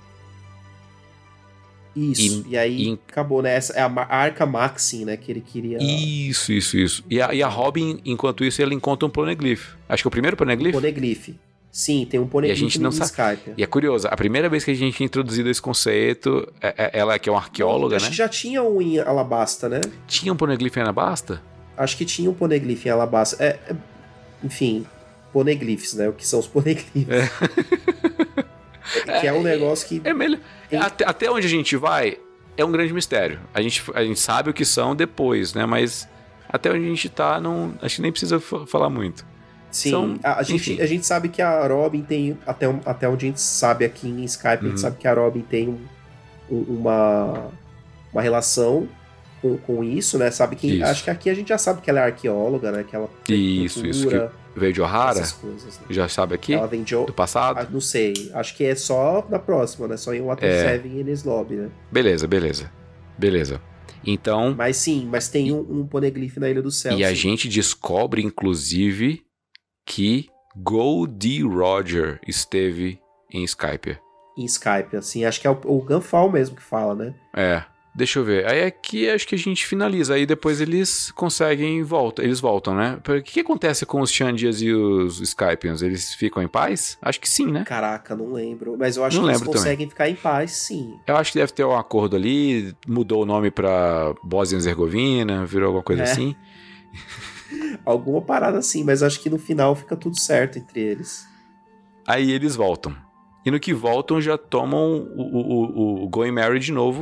Isso, e aí acabou, né? Essa é a Arca Maxim, né? Que ele queria... Isso. E a Robin, enquanto isso, ela encontra um Poneglyph. Acho que é o primeiro Poneglyph? Poneglyph. Sim, tem um Poneglyph. E a gente não sabe. Skype. E é curioso, a primeira vez que a gente tinha introduzido esse conceito, ela que é uma arqueóloga, acho né? Que já tinha um em Alabasta, né? Tinha um Poneglyph em Alabasta? Acho que tinha um Poneglyph em Alabasta. Enfim, Poneglyphs, né? O que são os Poneglyphs? Que é um negócio que... É melhor. Até onde a gente vai é um grande mistério. A gente sabe o que são depois, né? Mas até onde a gente tá, acho que nem precisa falar muito. Sim, a gente sabe que a Robin tem, até onde a gente sabe aqui em Skype, a gente sabe que a Robin tem uma relação com isso, né? Sabe que acho que aqui a gente já sabe que ela é arqueóloga, né? Que ela isso que veio de Ohara. Coisas, né? Já sabe aqui? Ela vem do passado? Não sei. Acho que é só na próxima, né? Só em Water 7 e Enies Lobby, né? Beleza. Então... Mas tem um Poneglyph na Ilha do Céu. E a gente descobre, inclusive, que Goldie Roger esteve em Skype. Em Skype, assim. Acho que é o Gunfall mesmo que fala, né? Deixa eu ver. Aí aqui acho que a gente finaliza. Aí depois eles eles voltam, né? O que acontece com os Shandias e os Skypians? Eles ficam em paz? Acho que sim, né? Caraca, não lembro. Mas eu acho que eles conseguem ficar em paz, sim. Eu acho que deve ter um acordo ali. Mudou o nome pra Bósnia-Herzegovina, virou alguma coisa assim. Alguma parada assim, mas acho que no final fica tudo certo entre eles. Aí eles voltam. E no que voltam já tomam o Going Merry de novo,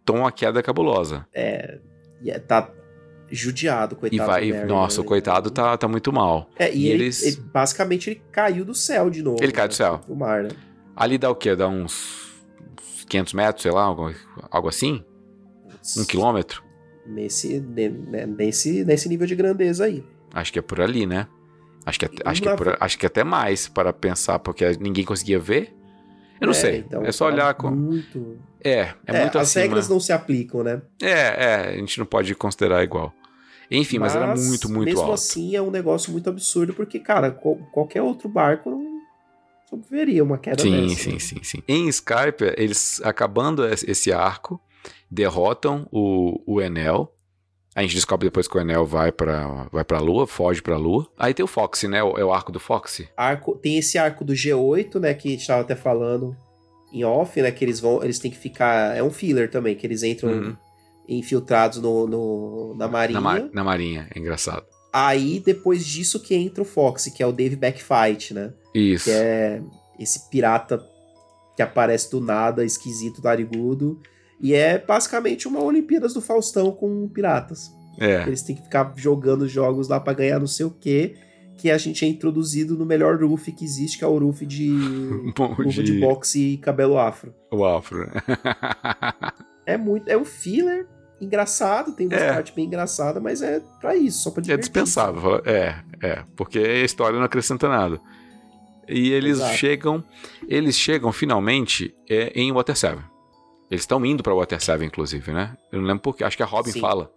Tom a queda cabulosa. Tá judiado, coitado. Nossa, o coitado tá muito mal. E ele basicamente ele caiu do céu de novo. Ele cai do céu. Do mar, né? Ali dá o quê? Dá uns 500 metros, sei lá, algo assim? 1 quilômetro? Nesse nível de grandeza aí. Acho que é por ali, né? Acho que até mais para pensar, porque ninguém conseguia ver. Eu não sei. Então, é só olhar com. Muito... muito as acima. regras não se aplicam, né? A gente não pode considerar igual. Enfim, mas era muito, muito mesmo alto. Mesmo assim, é um negócio muito absurdo, porque, cara, qualquer outro barco não sobreviveria uma queda dessa. Sim. Em Skype, eles, acabando esse arco, derrotam o Enel. A gente descobre depois que o Enel vai pra Lua, foge pra Lua. Aí tem o Foxy, né? É o arco do Foxy. Tem esse arco do G8, né? Que a gente tava até falando em off, né? Que eles têm que ficar... É um filler também, que eles entram infiltrados na Marinha. Na Marinha, é engraçado. Aí, depois disso que entra o Foxy, que é o Dave Backfight, né? Isso. Que é esse pirata que aparece do nada, esquisito, narigudo. E é basicamente uma Olimpíadas do Faustão com piratas. Eles têm que ficar jogando jogos lá pra ganhar não sei o quê, que a gente é introduzido no melhor Ruffy que existe, que é o Ruffy de luva de boxe e cabelo afro. O afro, né? É um filler engraçado, tem uma parte bem engraçada, mas é pra isso, só pra divertir. É dispensável, porque a história não acrescenta nada. E eles chegam finalmente em Water 7. Eles estão indo pra Water 7, inclusive, né? Eu não lembro porque. Acho que a Robin fala.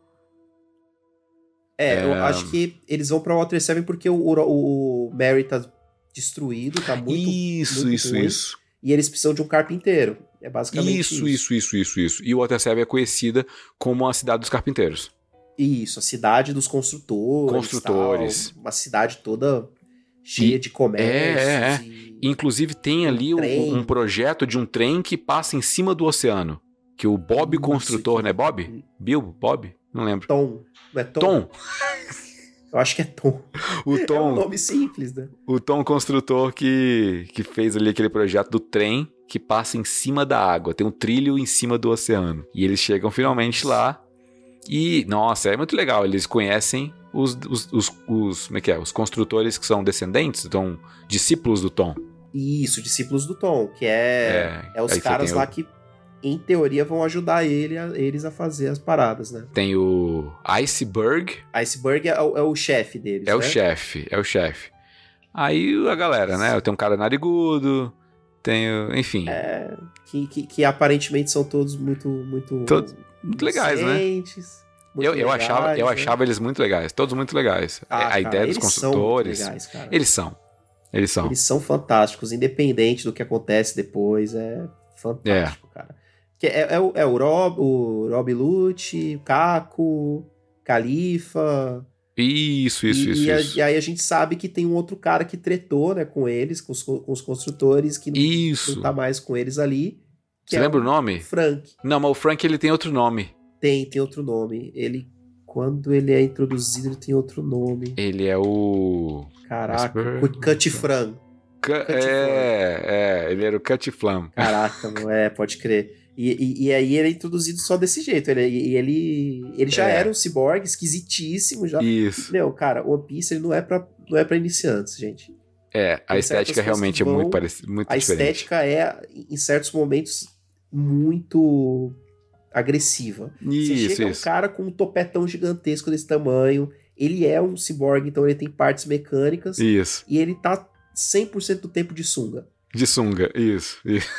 Eu acho que eles vão pra Water 7 porque o Mary tá destruído, tá muito Isso. E eles precisam de um carpinteiro. É basicamente isso. E o Water 7 é conhecida como a cidade dos carpinteiros. Isso, a cidade dos construtores. Tal, uma cidade toda cheia de comércios. Inclusive tem ali um projeto de um trem que passa em cima do oceano. Que o Bob construtor, né? Bob? Bill? Bob? Não lembro. Tom. Não é Tom? Eu acho que é Tom. O Tom. É um nome simples, né? O Tom construtor que fez ali aquele projeto do trem que passa em cima da água. Tem um trilho em cima do oceano. E eles chegam finalmente lá. E, nossa, é muito legal. Eles conhecem os como é que é? Os construtores que são descendentes, então, discípulos do Tom. Isso, discípulos do Tom, que é os caras lá que, em teoria, vão ajudar eles a fazer as paradas, né? Tem o Iceberg. Iceberg é o chefe deles, né? É o chefe. Aí a galera, né? Tem um cara narigudo, enfim. Que aparentemente são todos muito legais, né? Eu achava eles muito legais, todos muito legais. A ideia dos construtores. Eles são. Eles são fantásticos, independente do que acontece depois. É fantástico, cara. O Rob Lute, o Caco, Califa. Isso. E aí a gente sabe que tem um outro cara que tretou, né, com eles, com os construtores, que não tá mais com eles ali. Você lembra o nome? Frank. Não, mas o Frank ele tem outro nome. Tem outro nome. Quando ele é introduzido, ele tem outro nome. Ele é o... Caraca, o Cutifran. Ele era o Cutiflam. Caraca, pode crer. E aí ele é introduzido só desse jeito. Ele já era um ciborgue esquisitíssimo. Já. Isso. Meu, cara, One Piece ele não é pra iniciantes, gente. A estética realmente é muito parecida, muito diferente. A estética é, em certos momentos, muito agressiva. Você chega um cara com um topetão gigantesco desse tamanho, ele é um ciborgue, então ele tem partes mecânicas. Isso. E ele tá 100% do tempo de sunga. Isso.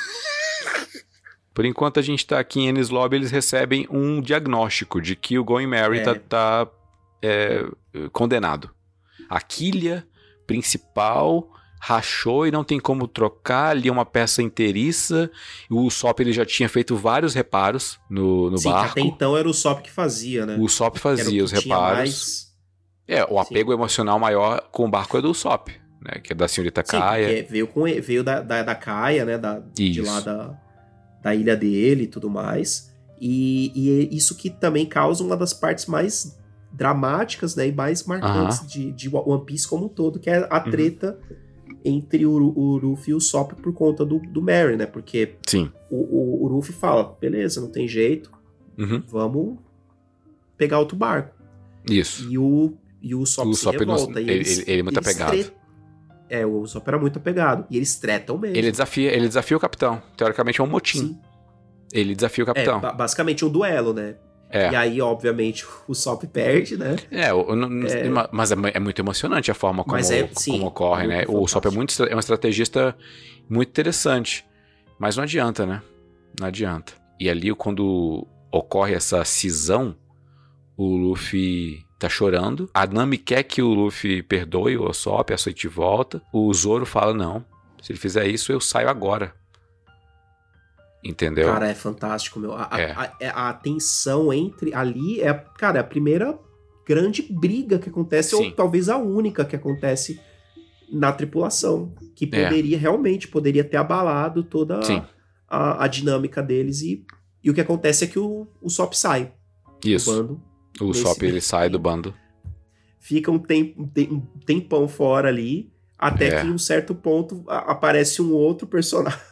Por enquanto a gente tá aqui em Enies Lobby, eles recebem um diagnóstico de que o Going Merry tá condenado. A quilha principal rachou e não tem como trocar, ali é uma peça inteiriça. O Usopp ele já tinha feito vários reparos no barco. Até então era o Usopp que fazia, né? O Usopp fazia os reparos. O apego emocional maior com o barco é do Usopp, né? Que é da senhorita Kaia. Veio da Kaia, né? De lá da ilha dele e tudo mais. E isso que também causa uma das partes mais dramáticas, né, e mais marcantes de One Piece como um todo, que é a treta entre o Luffy e o Usopp por conta do Merry, né? Porque o Luffy fala, beleza, não tem jeito, Vamos pegar outro barco. Isso. E o Usopp se revolta. Ele é muito apegado. O Usopp era muito apegado. E eles tretam mesmo. Ele desafia o capitão. Teoricamente é um motim. Sim. Ele desafia o capitão. Basicamente um duelo, né? E aí, obviamente, o Usopp perde, né? Mas é muito emocionante a forma como ocorre, né? Fantástico. O Usopp é um estrategista muito interessante. Mas não adianta, né? Não adianta. E ali, quando ocorre essa cisão, o Luffy tá chorando. A Nami quer que o Luffy perdoe o Usopp, aceite de volta. O Zoro fala, não. Se ele fizer isso, eu saio agora. Entendeu? Cara, é fantástico, meu. A tensão entre ali é, cara, a primeira grande briga que acontece, ou talvez a única que acontece na tripulação. Que poderia ter abalado toda a dinâmica deles. E o que acontece é que o Usopp sai do bando. O Usopp, ele sai do bando. Fica um tempão fora ali. Até que em um certo ponto aparece um outro personagem.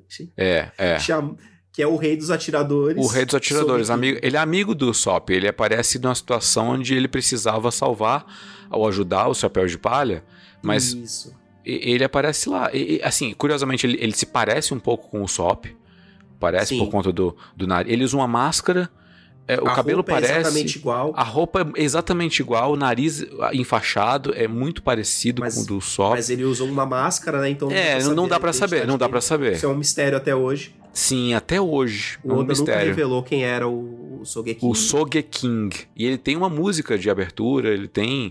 Que é o Rei dos Atiradores. O Rei dos Atiradores. Ele é amigo do Usopp. Ele aparece numa situação onde ele precisava salvar ou ajudar o Chapéu de Palha. Mas ele aparece lá. Assim, curiosamente, ele se parece um pouco com o Usopp. Parece por conta do nariz. Ele usa uma máscara. O cabelo parece. É exatamente igual. A roupa é exatamente igual. O nariz enfaixado é muito parecido com o do Usopp. Mas ele usou uma máscara, né? Então não dá pra saber. Não dá pra saber. Isso é um mistério até hoje. Sim, até hoje. O Oda nunca revelou quem era o Sogeking. O Sogeking. E ele tem uma música de abertura. Ele tem.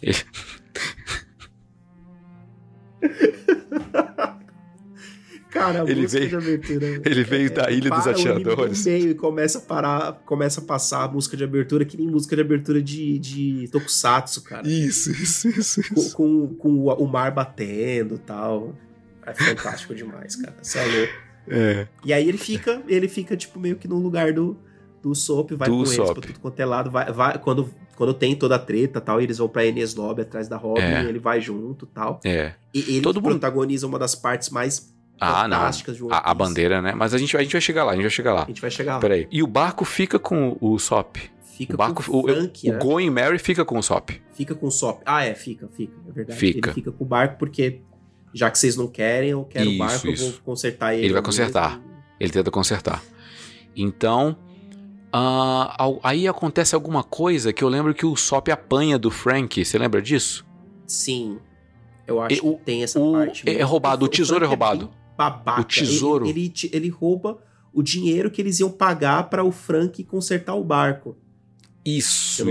Cara, a música de abertura. Ele veio da Ilha dos Atiradores. No meio e começa a passar a música de abertura, que nem música de abertura de Tokusatsu, cara. Isso. Com o mar batendo e tal. É fantástico demais, cara. Você é louco. E aí ele fica tipo, meio que no lugar do Usopp, vai com eles pra tudo quanto é lado. Vai, quando tem toda a treta e tal, eles vão pra Enies Lobby atrás da Robin, e ele vai junto e tal. E ele protagoniza uma das partes mais fantásticas de One Piece. A bandeira, né? Mas a gente vai chegar lá, Peraí. E o barco fica com o Usopp. Fica com o Frank, o Going Merry fica com o Usopp. Fica com o Usopp. Fica. É verdade. Ele fica com o barco porque, já que vocês não querem, eu quero o barco, eu vou consertar ele. Ele vai consertar. Ele tenta consertar. Então, aí acontece alguma coisa que eu lembro que o Usopp apanha do Frank. Você lembra disso? Sim. Eu acho que tem essa parte. É roubado. O tesouro é roubado. Babaca. O tesouro. Ele rouba o dinheiro que eles iam pagar para o Frank consertar o barco. Isso.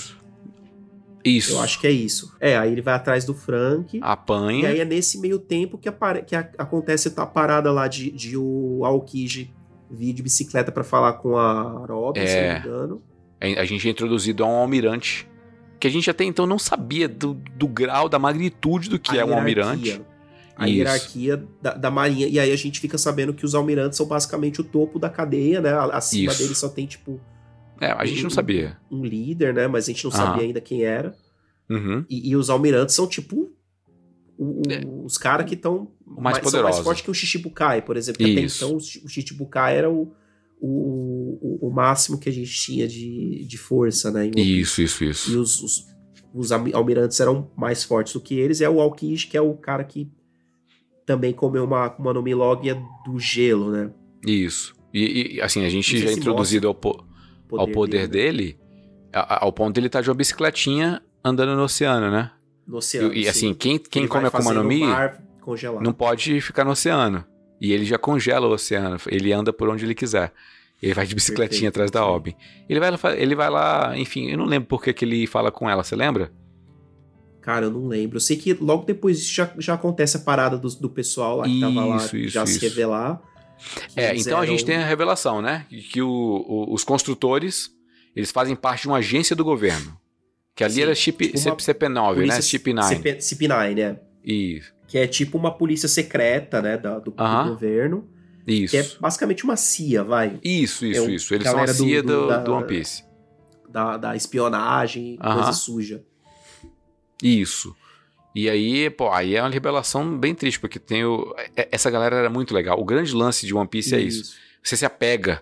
Eu acho que é isso. Aí ele vai atrás do Frank. Apanha. E aí é nesse meio tempo que acontece a parada lá de o Aokiji vir de bicicleta para falar com a Robin, se não me engano. A gente é introduzido a um almirante que a gente até então não sabia do grau, da magnitude do que é um almirante. A hierarquia da marinha. E aí a gente fica sabendo que os almirantes são basicamente o topo da cadeia, né? Acima deles só tem, tipo... a gente não sabia. Um líder, né? Mas a gente não sabia ainda quem era. Uhum. E os almirantes são, tipo... Os caras que estão... mais poderosos. São mais fortes que o Shichibukai, por exemplo. Até então o Shichibukai era o máximo que a gente tinha de força, né? Isso. E os almirantes eram mais fortes do que eles. É o Aokiji, que é o cara que também comeu uma Nome Logia do gelo, né? Isso. E assim, a gente já é introduzido ao poder dele, ao ponto dele estar de uma bicicletinha andando no oceano, né? No oceano, e assim, quem come a Akuma no Mi não pode ficar no oceano. E ele já congela o oceano. Ele anda por onde ele quiser. Ele vai de bicicletinha atrás da Robin. Ele vai lá, enfim, eu não lembro por que ele fala com ela, você lembra? Cara, eu não lembro. Eu sei que logo depois disso já acontece a parada do pessoal lá que tava lá se revelar. Então a gente tem a revelação, né? Que os construtores, eles fazem parte de uma agência do governo. Que ali era CP9, né? CP9. CP9, né? Isso. Que é tipo uma polícia secreta, né? Do governo. Isso. Que é basicamente uma CIA, vai. Isso. Eles são a CIA do One Piece. Da espionagem, coisa suja. Isso. E aí, aí é uma revelação bem triste, porque essa galera era muito legal. O grande lance de One Piece é isso. Você se apega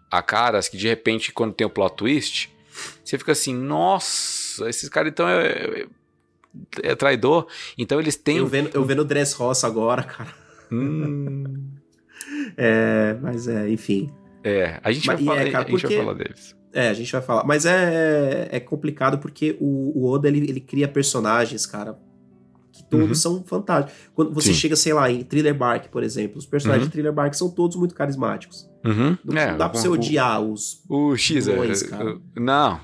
a caras que de repente, quando tem o plot twist, você fica assim, nossa, esses caras então é traidor. Então eles têm... Eu vendo Dressrosa agora, cara. Mas enfim. A gente vai falar, cara, a gente vai falar deles. A gente vai falar. Mas é complicado porque o Oda, ele cria personagens, cara, que todos são fantásticos. Quando você chega, sei lá, em Thriller Bark, por exemplo, os personagens de Thriller Bark são todos muito carismáticos. Não dá pra você odiar os vilões, cara. Não.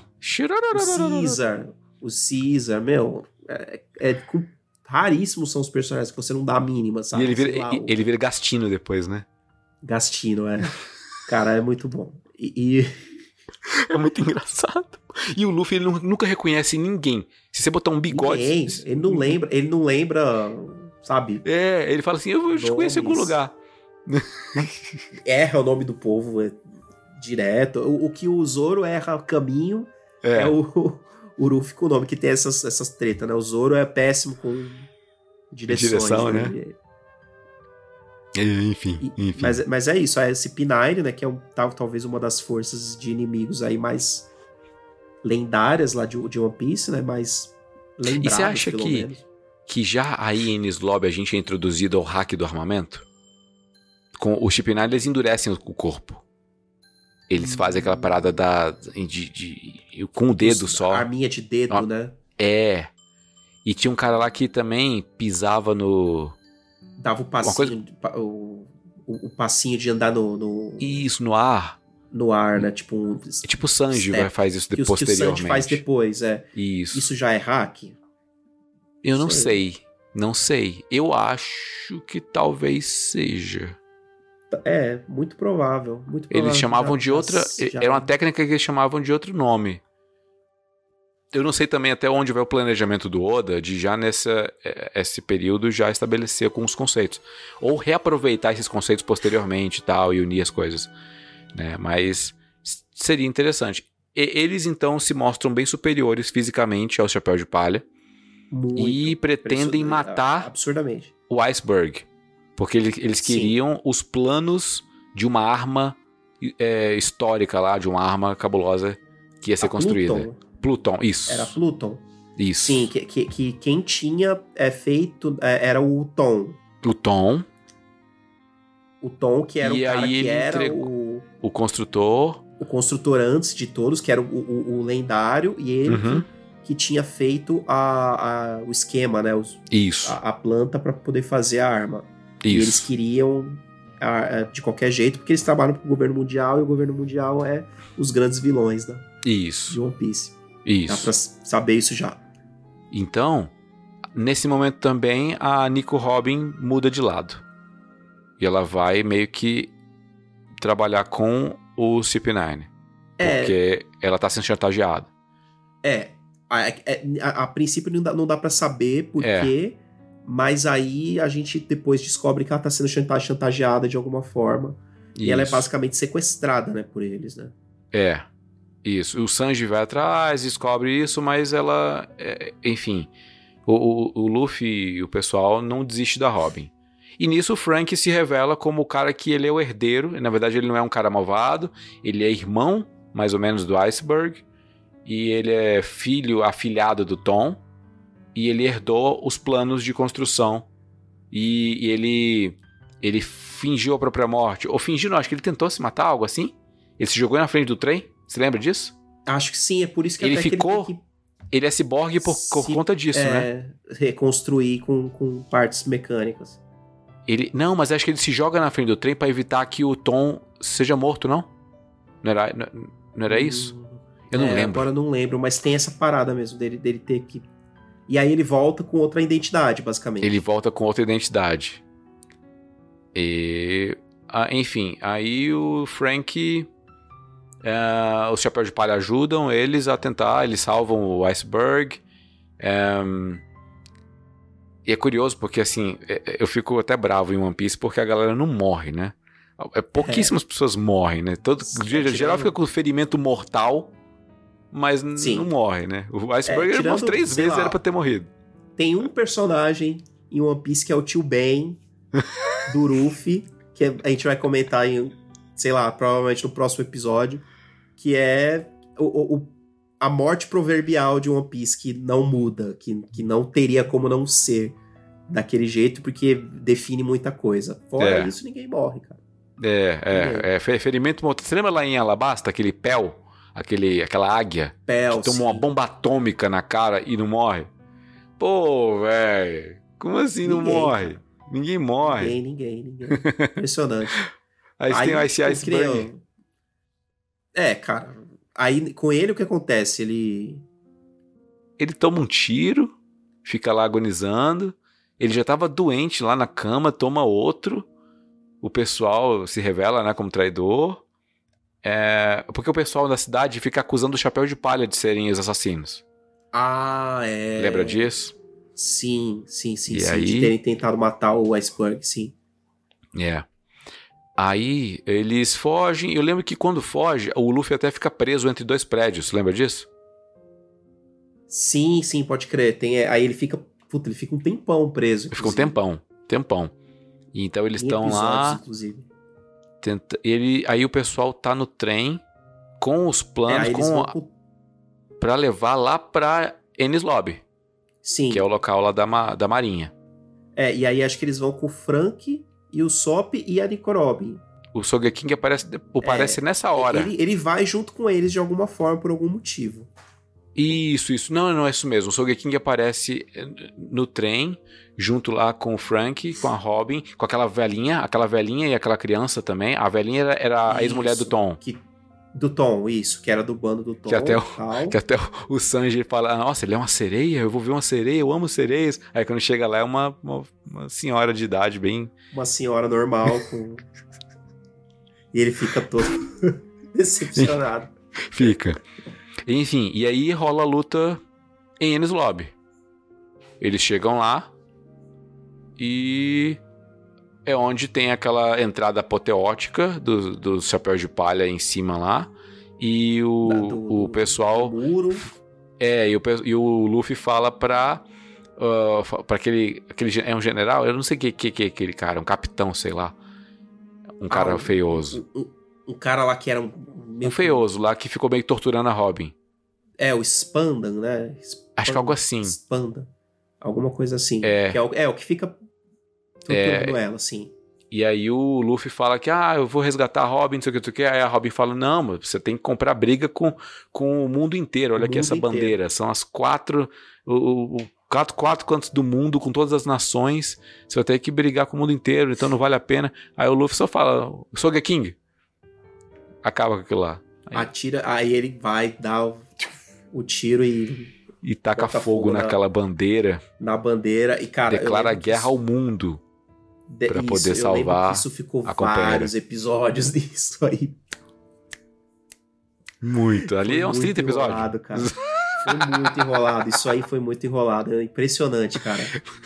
O Caesar, meu, raríssimos são os personagens que você não dá a mínima, sabe? E ele vira Gastino depois, né? Gastino, Cara, é muito bom. É muito engraçado. E o Luffy, ele nunca reconhece ninguém. Se você botar um bigode... Ele não lembra, sabe? Ele fala assim, eu te conheço em algum lugar. Erra o nome do povo direto. O que o Zoro erra caminho é o Luffy com o nome, que tem essas tretas, né? O Zoro é péssimo com direção, né? Enfim. Mas é isso, esse P9, né, que é talvez uma das forças de inimigos aí mais lendárias lá de One Piece, né, mais lembradas, e você acha que já aí em Enies Lobby a gente é introduzido ao hack do armamento? Com o Chip9 eles endurecem o corpo. Eles fazem aquela parada com o dedo só. Arminha de dedo, né? E tinha um cara lá que também pisava no... Dava o passinho, o passinho de andar no... Isso, no ar. No ar, né? Tipo o Sanji faz isso posteriormente. Que o Sanji faz depois, Isso. Isso já é hack? Eu não sei. Não sei. Eu acho que talvez seja. Muito provável. Muito provável. Eles chamavam de outra... Era uma técnica que eles chamavam de outro nome. Eu não sei também até onde vai o planejamento do Oda de já esse período já estabelecer com os conceitos. Ou reaproveitar esses conceitos posteriormente e tal, e unir as coisas. Né? Mas seria interessante. Eles então se mostram bem superiores fisicamente ao Chapéu de Palha. E pretendem matar absurdamente o Iceberg. Porque eles queriam os planos de uma arma histórica lá, de uma arma cabulosa que ia ser construída. Pluton, isso. Era Pluton. Isso. Sim, que quem tinha feito era o Tom. O Tom. O Tom, que era o cara que era o construtor. O construtor antes de todos, que era o lendário, e ele que tinha feito o esquema, né? Isso. A planta para poder fazer a arma. Isso. E eles queriam de qualquer jeito, porque eles trabalham pro governo mundial, e o governo mundial é os grandes vilões de One Piece. Isso. Dá pra saber isso já. Então, nesse momento também, a Nico Robin muda de lado. E ela vai meio que trabalhar com o CP9. Porque ela tá sendo chantageada. A princípio não dá pra saber por quê, mas aí a gente depois descobre que ela tá sendo chantageada de alguma forma. Isso. E ela é basicamente sequestrada, né, por eles, né? Isso, o Sanji vai atrás, descobre isso, mas ela... enfim, o Luffy e o pessoal não desiste da Robin. E nisso o Frank se revela como o cara que ele é o herdeiro. Na verdade ele não é um cara malvado, ele é irmão, mais ou menos, do Iceberg. E ele é afilhado do Tom. E ele herdou os planos de construção. E ele fingiu a própria morte. Ou fingiu, não, acho que ele tentou se matar, algo assim. Ele se jogou na frente do trem. Você lembra disso? Acho que sim, é por isso que ele ficou... Ele é ciborgue por conta disso, né? Reconstruir com partes mecânicas. Não, mas acho que ele se joga na frente do trem pra evitar que o Tom seja morto, não? Não era isso? Eu não lembro. Agora eu não lembro, mas tem essa parada mesmo dele ter que... E aí ele volta com outra identidade, basicamente. Ele volta com outra identidade. Enfim, aí o Frank... os Chapéus de Palha ajudam eles a tentar, eles salvam o Iceberg. E é curioso porque, assim, eu fico até bravo em One Piece porque a galera não morre, né? Pouquíssimas pessoas morrem, né? Geral fica com ferimento mortal, mas não morre, né? O Iceberg ele morre 3 vezes, era pra ter morrido. Tem um personagem em One Piece que é o Tio Ben, do Luffy, que a gente vai comentar sei lá, provavelmente no próximo episódio, que é a morte proverbial de One Piece, que não muda, que não teria como não ser daquele jeito, porque define muita coisa. Fora isso, ninguém morre, cara. Ferimento mortal. Você lembra lá em Alabasta, aquele Pel? Aquela águia Pel, que tomou uma bomba atômica na cara e não morre? Pô, velho, como assim não morre? Cara. Ninguém morre. Ninguém. Impressionante. Aí tem o Ice Iceberg. Cara. Aí com ele o que acontece? Ele toma um tiro, fica lá agonizando. Ele já tava doente lá na cama, toma outro. O pessoal se revela, né, como traidor. Porque o pessoal da cidade fica acusando o Chapéu de Palha de serem os assassinos. Lembra disso? Sim. Aí... de terem tentado matar o Iceberg, sim. Aí eles fogem. Eu lembro que quando foge, o Luffy até fica preso entre 2 prédios. Lembra disso? Sim, pode crer. Aí ele fica um tempão preso. Fica um tempão. Então eles estão lá. Inclusive. Aí o pessoal tá no trem com os planos pra levar lá pra Enies Lobby. Sim. Que é o local lá da Marinha. E aí acho que eles vão com o Frank e o Sop e a Nico Robin. O Sogeking aparece nessa hora. Ele vai junto com eles de alguma forma, por algum motivo. Isso. Não, é isso mesmo. O Sogeking aparece no trem, junto lá com o Frank, com a Robin, com aquela velhinha e aquela criança também. A velhinha era a ex-mulher do Tom. Do Tom, isso, que era do bando do Tom. Que até o Sanji fala, nossa, ele é uma sereia? Eu vou ver uma sereia, eu amo sereias. Aí quando chega lá é uma senhora de idade bem... Uma senhora normal, E ele fica todo decepcionado. Fica. Enfim, e aí rola a luta em Enies Lobby. Eles chegam lá e é onde tem aquela entrada apoteótica dos chapéus de palha em cima lá. E o pessoal... Do muro. E o Luffy fala pra aquele... É um general? Eu não sei o que é aquele cara. Um capitão, sei lá. Um cara feioso. Um cara lá que era um feioso lá que ficou meio torturando a Robin. O Spandan, né? Acho que algo assim. Spandan. Alguma coisa assim. Que é o que fica torturando ela, assim. E aí o Luffy fala que, eu vou resgatar a Robin, não sei o que. Aí a Robin fala, não, mas você tem que comprar briga com o mundo inteiro. Olha aqui essa bandeira. São as 4... quatro cantos do mundo, com todas as nações. Você vai ter que brigar com o mundo inteiro, então não vale a pena. Aí o Luffy só fala, Sogeking. Acaba com aquilo lá. Aí ele vai dar o tiro e taca fogo naquela bandeira. Na bandeira. E, cara, declara guerra ao mundo pra poder salvar. Isso ficou vários episódios disso aí. Muito. Ali é uns 30 episódios. Enrolado, cara. Foi muito enrolado. Isso aí foi muito enrolado. É impressionante, cara.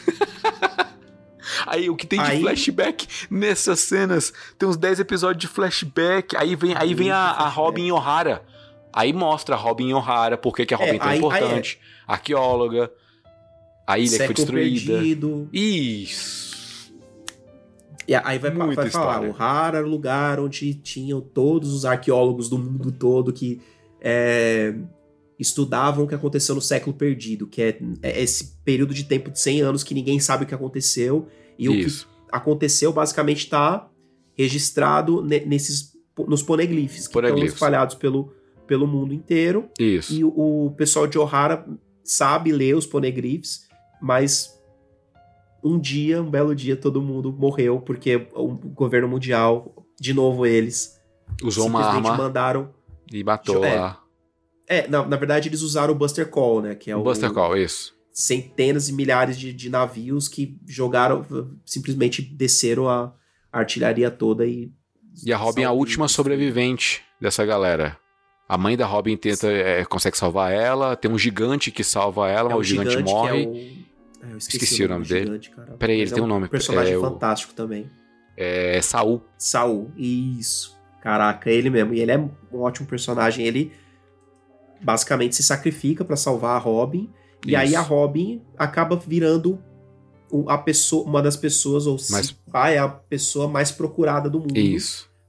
Aí o que tem de flashback nessas cenas, tem uns 10 episódios de flashback. Aí vem a Robin O'Hara. Aí mostra a Robin O'Hara, por que a Robin é tão importante. Arqueóloga. A ilha que foi destruída. Perdido. Isso. E aí vai falar, o O'Hara era o lugar onde tinham todos os arqueólogos do mundo todo que estudavam o que aconteceu no século perdido, que é esse período de tempo de 100 anos que ninguém sabe o que aconteceu. E isso. O que aconteceu basicamente está registrado nos poneglyphs, que estão espalhados pelo mundo inteiro. Isso. E o pessoal de O'Hara sabe ler os poneglyphs, mas um belo dia, todo mundo morreu, porque o governo mundial, de novo eles, usou uma arma mandaram e matou lá. Na verdade eles usaram o Buster Call, né? Que é o Buster Call, isso. Centenas e milhares de navios que jogaram, simplesmente desceram a artilharia toda e a Robin é a última sobrevivente dessa galera. A mãe da Robin consegue salvar ela, tem um gigante que salva ela, mas o gigante morre. Eu esqueci o nome dele. Peraí, ele tem um nome. Personagem fantástico também. É Saul. Saul, isso. Caraca, ele mesmo. E ele é um ótimo personagem. Ele basicamente se sacrifica pra salvar a Robin. E aí a Robin acaba virando uma das pessoas, ou é a pessoa mais procurada do mundo. Isso.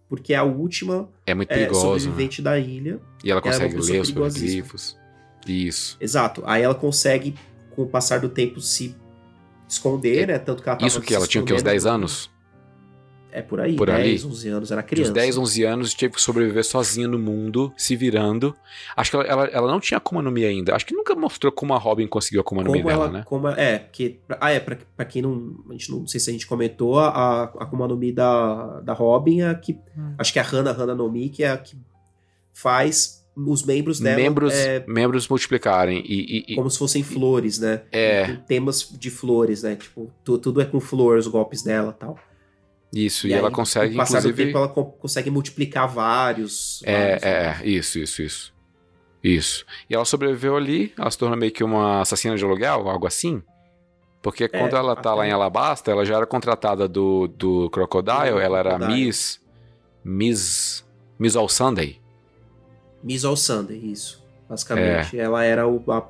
porque a última é muito perigosa, sobrevivente da ilha. E ela consegue ler os peroglifos. Isso. Exato. Aí ela consegue, com o passar do tempo, se esconder, né? Tanto que ela Isso que ela tinha que uns 10 anos? É por aí, por 10, ali. 11 anos, era criança. Dos 10, 11 anos, teve que sobreviver sozinha no mundo, se virando. Acho que ela não tinha Akuma no Mi ainda. Acho que nunca mostrou como a Robin conseguiu a Akuma no Mi dela, né? Porque... pra quem não... A gente não sei se a gente comentou, a Akuma no Mi da Robin é a que... Acho que é a Hana no Mi, que é a que faz os membros dela... Membros multiplicarem. Como se fossem flores, né? Com temas de flores, né? Tipo, tudo é com flor, os golpes dela e tal. Isso, e ela consegue, com o passar inclusive... do tempo, ela consegue multiplicar vários. Isso. E ela sobreviveu ali, ela se tornou meio que uma assassina de aluguel, algo assim. Porque quando ela tá lá em Alabasta, ela já era contratada do Crocodile, ela era Miss All Sunday. Miss All Sunday, isso. Basicamente, ela era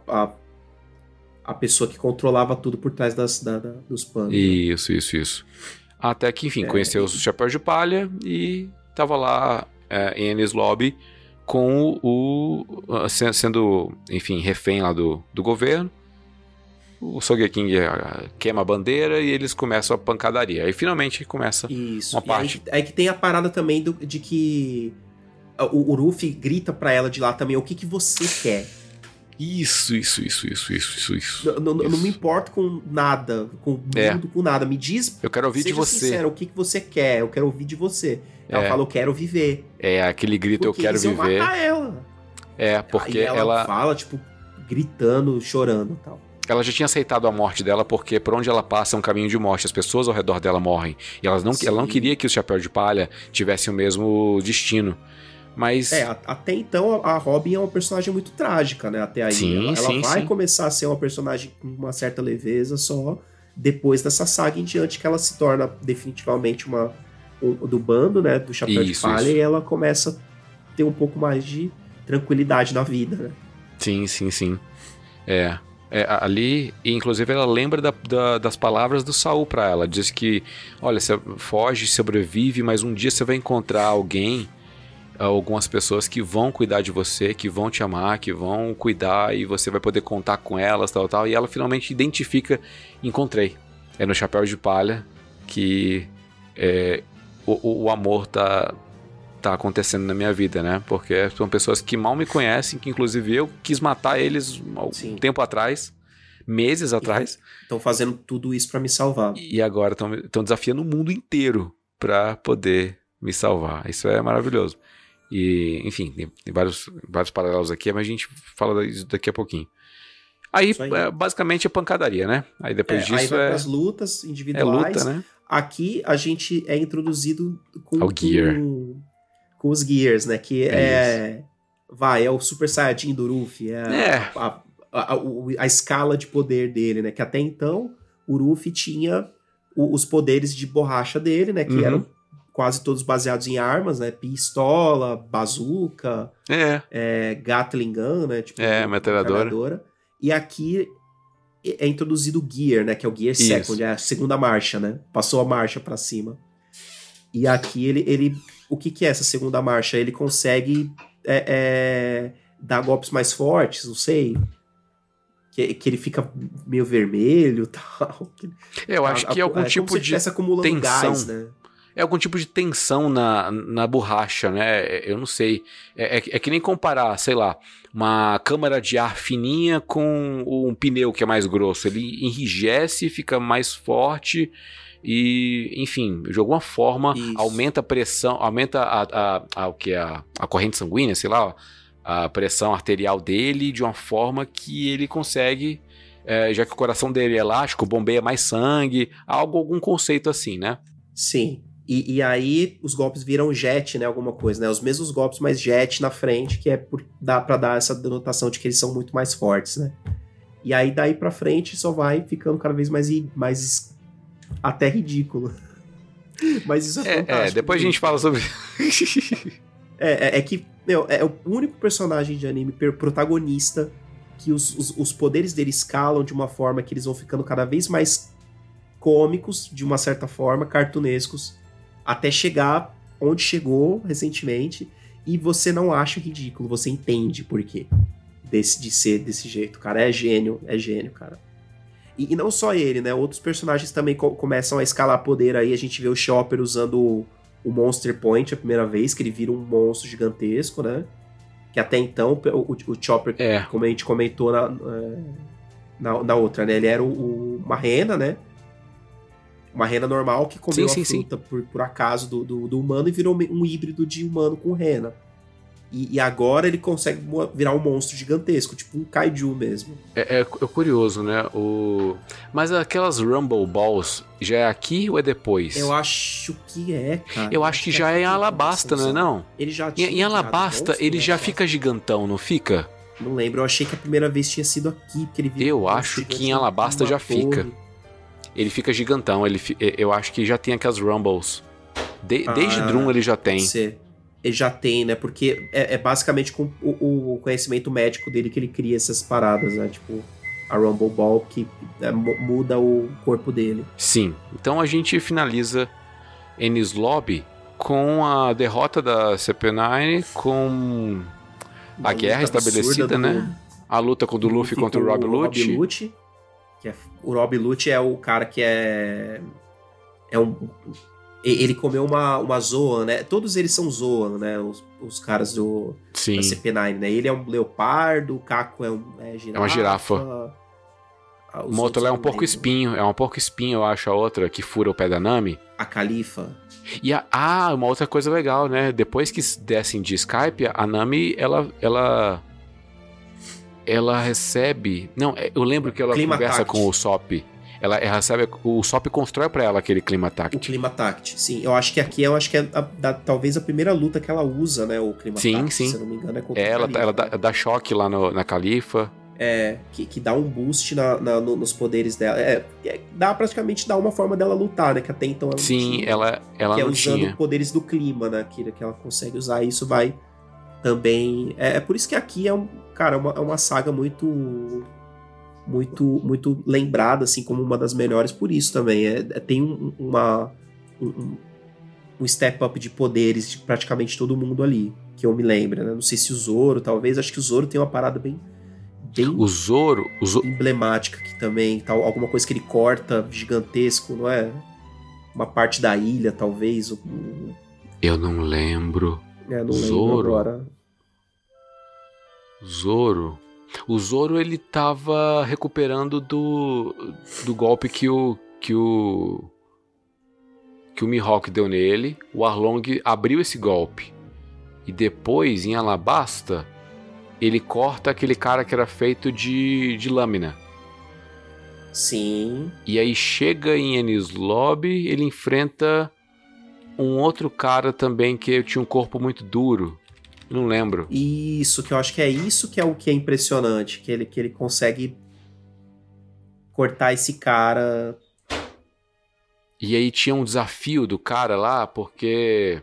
a pessoa que controlava tudo por trás dos panos. Isso. Até que, enfim, conheceu os Chapéus de Palha e tava lá em Enies Lobby com sendo, enfim, refém lá do governo. O Sogeking queima a bandeira e eles começam a pancadaria. Aí finalmente começa uma parte. Aí que tem a parada também de que o Ruffy grita pra ela de lá também, o que você quer? Isso. Não me importo com nada, com mundo, com nada. Me diz. Eu quero ouvir de você. Sincero, o que você quer? Eu quero ouvir de você. Ela fala, eu quero viver. Porque Aquele grito, eu quero viver. Porque matar ela. Porque aí ela fala, tipo, gritando, chorando e tal. Ela já tinha aceitado a morte dela porque por onde ela passa é um caminho de morte. As pessoas ao redor dela morrem. E ela não queria que os Chapéus de Palha tivessem o mesmo destino. Mas... até então a Robin é uma personagem muito trágica, né? Até aí. Ela vai começar a ser uma personagem com uma certa leveza só depois dessa saga em diante, que ela se torna definitivamente do bando, né? Do Chapéu de Palha, e ela começa a ter um pouco mais de tranquilidade na vida, né? Sim. Ali, inclusive ela lembra das palavras do Saul pra ela. Diz que, olha, você foge, sobrevive, mas um dia você vai encontrar algumas pessoas que vão cuidar de você, que vão te amar, que vão cuidar e você vai poder contar com elas, tal. E ela finalmente encontrei. É no Chapéu de Palha que o amor tá acontecendo na minha vida, né? Porque são pessoas que mal me conhecem, que inclusive eu quis matar eles um tempo atrás, meses atrás. Estão fazendo tudo isso pra me salvar. E agora estão desafiando o mundo inteiro pra poder me salvar. Isso é maravilhoso. E, enfim, tem vários paralelos aqui, mas a gente fala disso daqui a pouquinho. Aí, basicamente, é pancadaria, né? Aí depois disso aí vai pras lutas individuais. Luta, né? Aqui a gente é introduzido com os Gears, né? Que é o Super Saiyajin do Ruffy. A escala de poder dele, né? Que até então o Ruffy tinha os poderes de borracha dele, né? Que eram quase todos baseados em armas, né? Pistola, bazuca, Gatling Gun, né? Tipo, metralhadora. E aqui é introduzido o Gear, né? Que é o Gear Second, é a segunda marcha, né? Passou a marcha pra cima. E aqui ele o que é essa segunda marcha? Ele consegue dar golpes mais fortes, não sei. Que ele fica meio vermelho e tal. Eu acho que é algum tipo de tensão. Gás, né? É algum tipo de tensão na borracha, né? Eu não sei. É que nem comparar, sei lá, uma câmara de ar fininha com um pneu que é mais grosso. Ele enrijece, fica mais forte e, enfim, de alguma forma aumenta a pressão, aumenta a corrente sanguínea, sei lá, a pressão arterial dele de uma forma que ele consegue, já que o coração dele é elástico, bombeia mais sangue, algum conceito assim, né? Sim. E aí os golpes viram jet, né? Alguma coisa, né? Os mesmos golpes, mas jet na frente, que dá pra dar essa denotação de que eles são muito mais fortes, né? E aí daí pra frente só vai ficando cada vez mais até ridículo. Mas isso é fantástico. Depois a gente fala sobre... que, é o único personagem de anime protagonista que os poderes dele escalam de uma forma que eles vão ficando cada vez mais cômicos, de uma certa forma, cartunescos, até chegar onde chegou recentemente e você não acha ridículo, você entende por quê de ser desse jeito. O cara é gênio, cara. E não só ele, né? Outros personagens também começam a escalar poder aí. A gente vê o Chopper usando o Monster Point a primeira vez, que ele vira um monstro gigantesco, né? Que até então, o Chopper, como a gente comentou na outra, né? Ele era uma rena, né? Uma rena normal que comeu a fruta por acaso do humano e virou um híbrido de humano com rena. E agora ele consegue virar um monstro gigantesco, tipo um kaiju mesmo. É curioso, né? Mas aquelas Rumble Balls já é aqui ou é depois? Eu acho que é, cara. Eu acho que já é em Alabasta, não é não? Ele já tinha em Alabasta ele já fica gigantão, não fica? Não lembro, eu achei que a primeira vez tinha sido aqui, porque ele virou. Eu acho que em Alabasta já fica. Ele fica gigantão, eu acho que já tem aquelas Rumbles. Desde Drum ele já tem. Ele já tem, né? Porque é basicamente com o conhecimento médico dele que ele cria essas paradas, né? Tipo, a Rumble Ball que muda o corpo dele. Sim. Então a gente finaliza Enies Lobby com a derrota da CP9, com a guerra estabelecida, né? A luta com o Luffy contra o Rob Lucci. O Rob Lucci é o cara que ele comeu uma Zoan, né? Todos eles são Zoan, né? Os caras da CP9, né? Ele é um leopardo, o Caco é girafa. É uma girafa. O outro é um porco-espinho. É um porco-espinho, eu acho, a outra, que fura o pé da Nami. A Califa. E uma outra coisa legal, né? Depois que descem de Skype, a Nami, ela recebe... Não, eu lembro que ela conversa com o Sop. Ela recebe... O Sop constrói pra ela aquele Clima-Tact. O Clima-Tact, sim. Eu acho que aqui é talvez a primeira luta que ela usa, né? O Clima-Tact, sim. Se eu não me engano, é contra ela dá choque lá na Califa. Que dá um boost nos poderes dela. Praticamente dá uma forma dela lutar, né? Que até então ela não tinha. Ela que não usando tinha. poderes do clima, né? Que ela consegue usar. Isso vai também... É por isso que aqui é uma saga muito... Muito, muito lembrada, assim, como uma das melhores por isso também. Tem um step up de poderes de praticamente todo mundo ali, que eu me lembro, né? Não sei se o Zoro, talvez. Acho que o Zoro tem uma parada bem o Zoro emblemática aqui também. Alguma coisa que ele corta gigantesco, não é? Uma parte da ilha, talvez. Eu não lembro. Não lembro agora. O Zoro, ele tava recuperando do golpe que o Mihawk deu nele. O Arlong abriu esse golpe. E depois, em Alabasta, ele corta aquele cara que era feito de lâmina. Sim. E aí chega em Enies Lobby, ele enfrenta um outro cara também que tinha um corpo muito duro. Não lembro. Isso, que eu acho que é isso que é o que é impressionante. Que ele consegue cortar esse cara. E aí tinha um desafio do cara lá, porque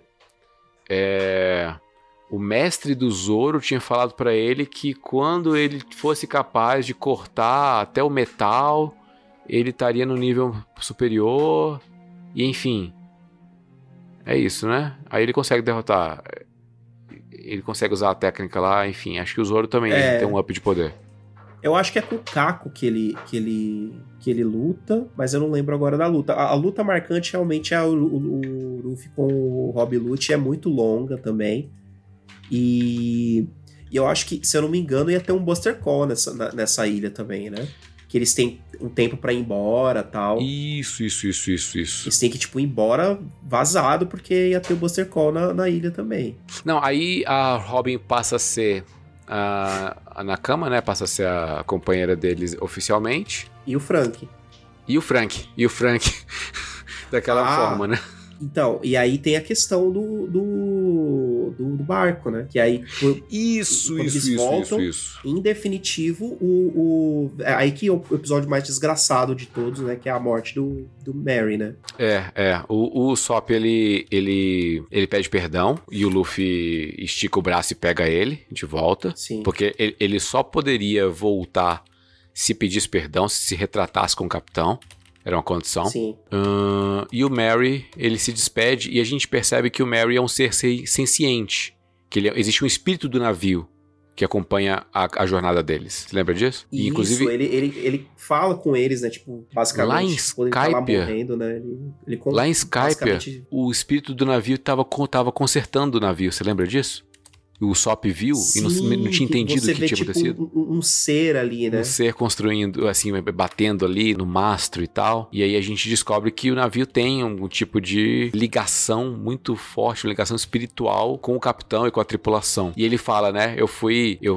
o mestre do Zoro tinha falado pra ele que quando ele fosse capaz de cortar até o metal, ele estaria no nível superior. E enfim. É isso, né? Aí ele consegue derrotar... Ele consegue usar a técnica lá, enfim. Acho que o Zoro também tem um up de poder. Eu acho que é com o Caco que ele luta, mas eu não lembro agora da luta. A luta marcante realmente é o Luffy com o Rob Lucci, é muito longa também. E eu acho que, se eu não me engano, ia ter um Buster Call nessa ilha também, né? Que eles têm um tempo pra ir embora e tal. Isso. Eles têm que, ir embora vazado, porque ia ter o Buster Call na ilha também. Não, aí a Robin passa a ser a Nakama, né? Passa a ser a companheira deles oficialmente. E o Frank. Daquela forma, né? Então, e aí tem a questão do barco, né? Que aí, isso. Em definitivo, aí que é o episódio mais desgraçado de todos, né? Que é a morte do Mary, né? O Sop, ele pede perdão e o Luffy estica o braço e pega ele de volta. Sim. Porque ele só poderia voltar se pedisse perdão, se retratasse com o capitão. Era uma condição. Sim. E o Merry, ele se despede e a gente percebe que o Merry é um ser senciente. Que existe um espírito do navio que acompanha a jornada deles. Você lembra disso? E inclusive, isso, ele fala com eles, né? Tipo, basicamente, lá em quando ele tá lá Skype, morrendo, né? Lá em Skype, basicamente... o espírito do navio tava consertando o navio. Você lembra disso? O Sop viu. Sim, e não tinha entendido o que tinha acontecido. Um ser ali, né? Um ser construindo, assim, batendo ali no mastro e tal. E aí a gente descobre que o navio tem um tipo de ligação muito forte, uma ligação espiritual com o capitão e com a tripulação. E ele fala, né? Como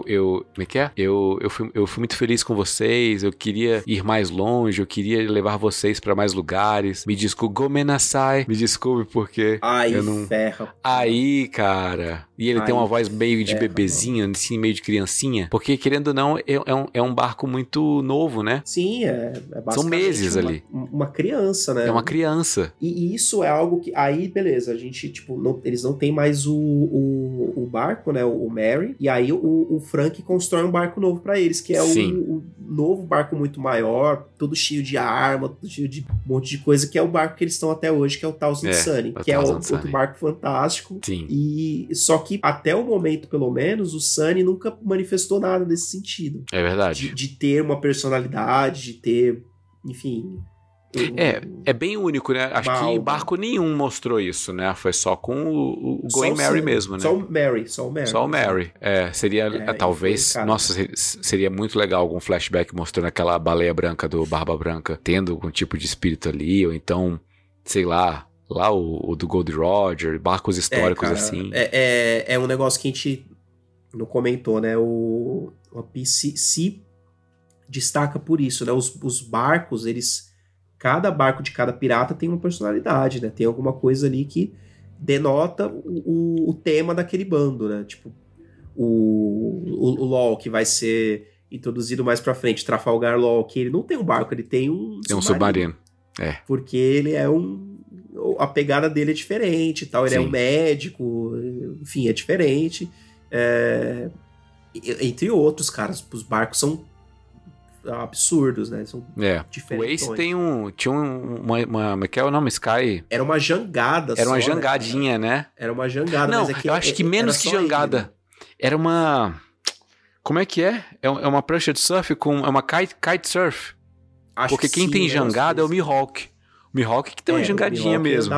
é que é? Eu fui muito feliz com vocês, eu queria ir mais longe, eu queria levar vocês pra mais lugares. Me desculpe, Gomenasai. Me desculpe porque Aí, eu não... ferra. Aí, cara... E ele tem uma voz meio de bebezinho, assim, meio de criancinha. Porque, querendo ou não, é um barco muito novo, né? Sim, é basicamente São meses ali. Uma criança, né? É uma criança. E isso é algo que... Aí, beleza, a gente, tipo, eles não tem mais o barco, né? O Merry. E aí o Frank constrói um barco novo pra eles, que é o novo barco muito maior, todo cheio de arma, todo cheio de um monte de coisa, que é o barco que eles estão até hoje, que é o Thousand Sunny. Que é outro barco fantástico. Sim. E só que até o momento, pelo menos, o Sunny nunca manifestou nada nesse sentido. É verdade. De ter uma personalidade, de ter, enfim... É bem único, né? Acho que em barco nenhum mostrou isso, né? Foi só com o Going Merry mesmo, né? Só o Merry. Só o Merry. Seria, talvez... Nossa, seria muito legal algum flashback mostrando aquela baleia branca do Barba Branca tendo algum tipo de espírito ali, ou então, sei lá o do Gold Roger, barcos históricos cara, assim. É um negócio que a gente não comentou, né? O One Piece se destaca por isso, né? Os barcos, cada barco de cada pirata tem uma personalidade, né? Tem alguma coisa ali que denota o tema daquele bando, né? Tipo, o LOL, que vai ser introduzido mais pra frente, Trafalgar Law, que ele não tem um barco, ele tem um submarino. Porque ele é a pegada dele é diferente e tal, ele é um médico, enfim, é diferente. Entre outros, cara, os barcos são absurdos, né? São diferentes. O Ace tinha uma que é o nome? Sky? Era uma jangada Era uma jangadinha, né? Era uma jangada. Não, mas eu acho que menos que jangada. Ele, né? Era uma... Como é que é? É uma prancha de surf com... É uma kite surf. Porque quem tem jangada é o Mihawk. O Mihawk que tem uma jangadinha mesmo.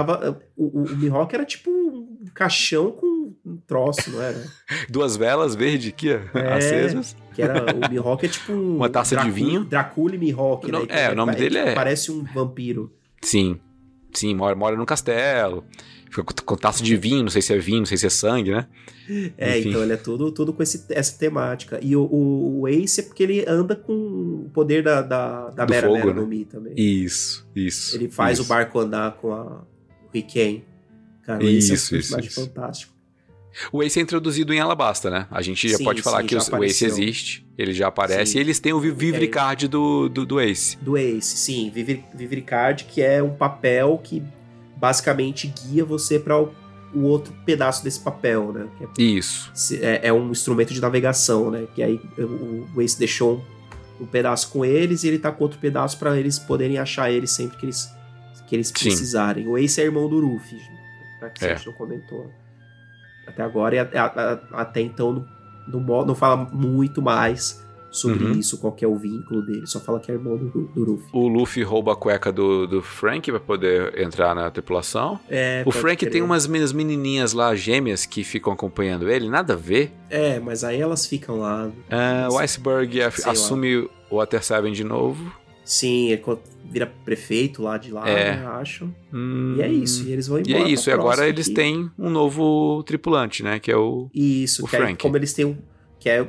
O Mihawk era tipo um caixão com um troço, não era? 2 velas verdes aqui, acesas. Que era, o Mihawk é tipo uma taça de vinho. Dracula Mihawk, né? O nome dele é... Parece um vampiro. Sim, mora num castelo. Fica com taça de vinho, não sei se é vinho, não sei se é sangue, né? Enfim. Então ele é tudo com essa temática. E o Ace é porque ele anda com o poder da Mera fogo, Mera né? no Mi também. Isso. Ele faz o barco andar com o Riken. Cara, esse é um personagem fantástico. O Ace é introduzido em Alabasta, né? A gente já pode falar que o Ace existe, ele já aparece, e eles têm o Vivricard do Ace. Do Ace, sim. Vivricard, que é um papel que basicamente guia você para o outro pedaço desse papel, né? Isso. É um instrumento de navegação, né? Que aí o Ace deixou um pedaço com eles e ele tá com outro pedaço para eles poderem achar ele sempre que eles precisarem. O Ace é irmão do Ruffy, pra que a gente não comentou até agora, e até então não fala muito mais sobre isso, qual que é o vínculo dele, só fala que é irmão do Luffy. O Luffy rouba a cueca do Frank pra poder entrar na tripulação. O Frank tem umas menininhas lá, gêmeas, que ficam acompanhando ele, nada a ver. Mas aí elas ficam lá. O Iceberg assume o Water 7 de novo. Sim, ele vira prefeito lá de lá, né, acho. E é isso, e eles vão embora. E é isso, e agora eles têm um novo tripulante, né, que é o Frank. Aí, como eles têm que é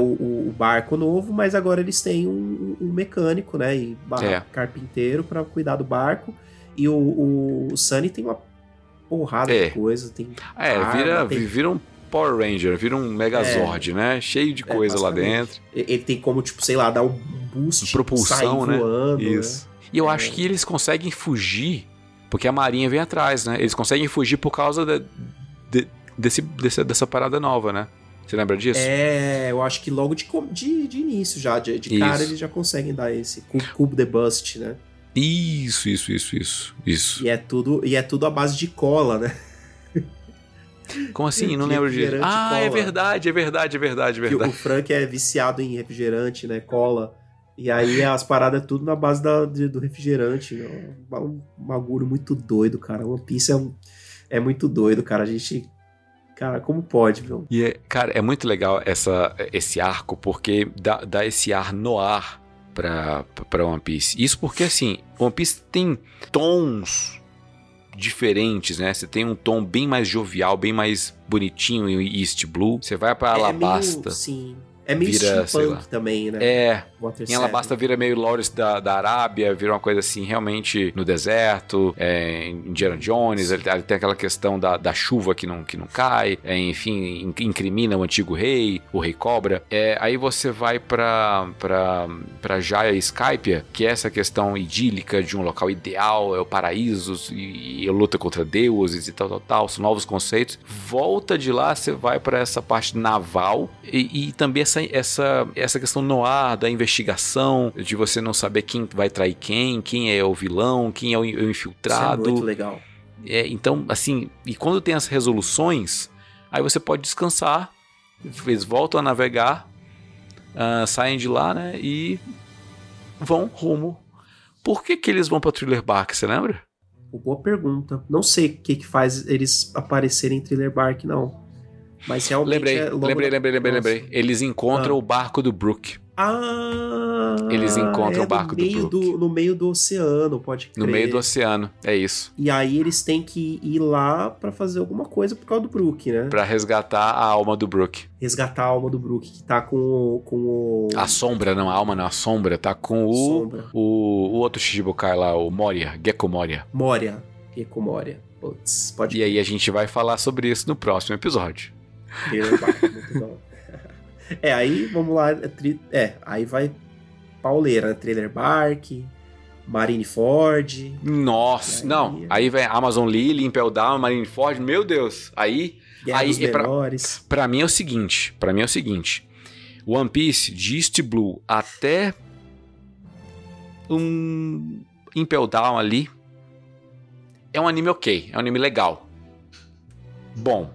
o barco novo, mas agora eles têm um mecânico, né, e carpinteiro pra cuidar do barco, e o Sunny tem uma porrada de coisa, tem vira um Power Ranger, vira um Megazord, né? Cheio de coisa lá dentro. Ele tem como, tipo, sei lá, dar um boost, propulsão, sair voando, né? Isso. Né? E eu acho que eles conseguem fugir, porque a Marinha vem atrás, né? Eles conseguem fugir por causa dessa parada nova, né? Você lembra disso? Eu acho que logo de início já, de cara eles já conseguem dar esse Cube the Bust, né? Isso. E é tudo à base de cola, né? Como assim? Não lembro disso. Ah, cola. É verdade. Que o Frank é viciado em refrigerante, né? Cola. E aí as paradas é tudo na base do refrigerante. Né? Um bagulho muito doido, cara. One Piece é muito doido, cara. A gente... Cara, como pode, viu? E, cara, é muito legal esse arco, porque dá esse ar no ar pra One Piece. Isso porque, assim, One Piece tem tons diferentes, né? Você tem um tom bem mais jovial, bem mais bonitinho em East Blue. Você vai pra Alabasta. Sim. É meio steampunk também, né? Em Alabasta vira meio Lawrence da Arábia, vira uma coisa assim, realmente no deserto, Indiana Jones, ele tem aquela questão da chuva que não cai, enfim, incrimina o antigo rei, o Rei Cobra. Aí você vai pra Jaya Skypiea, que é essa questão idílica de um local ideal, é o paraíso, e luta contra deuses e tal, são novos conceitos. Volta de lá, você vai pra essa parte naval e também essa questão no ar da investigação, de você não saber quem vai trair quem é o vilão, quem é o infiltrado. Isso é muito legal. Então, assim, e quando tem as resoluções, aí você pode descansar, eles voltam a navegar, saem de lá, né, e vão rumo. Por que eles vão pra Thriller Bark, você lembra? Boa pergunta. Não sei o que faz eles aparecerem em Thriller Bark, não. Mas realmente lembrei. Eles encontram o barco do Brook. Eles encontram o barco do Brook. No meio do oceano, pode crer. No meio do oceano, é isso. E aí eles têm que ir lá pra fazer alguma coisa por causa do Brook, né? Pra resgatar a alma do Brook. Resgatar a alma do Brook, que tá com o... A sombra, não, a alma não, a sombra. Tá com o outro Shichibukai lá, o Moria, Gekko Moria. Gekko Moria. Putz, pode E aí a gente vai falar sobre isso no próximo episódio. Muito bom. Aí vamos lá. Aí vai pauleira, né? Thriller Bark, Marineford. Nossa, aí vem Amazon Lily, Impel Down, Marineford, meu Deus. Aí pra mim é o seguinte, One Piece de East Blue até Impel Down ali é um anime ok, é um anime legal. Bom.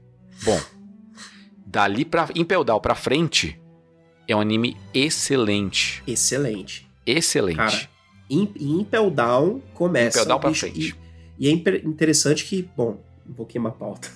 Dali pra Impel Down pra frente, é um anime excelente. Cara, Impel Down começa... Impel Down pra frente. E é interessante que... Bom, vou queimar a pauta.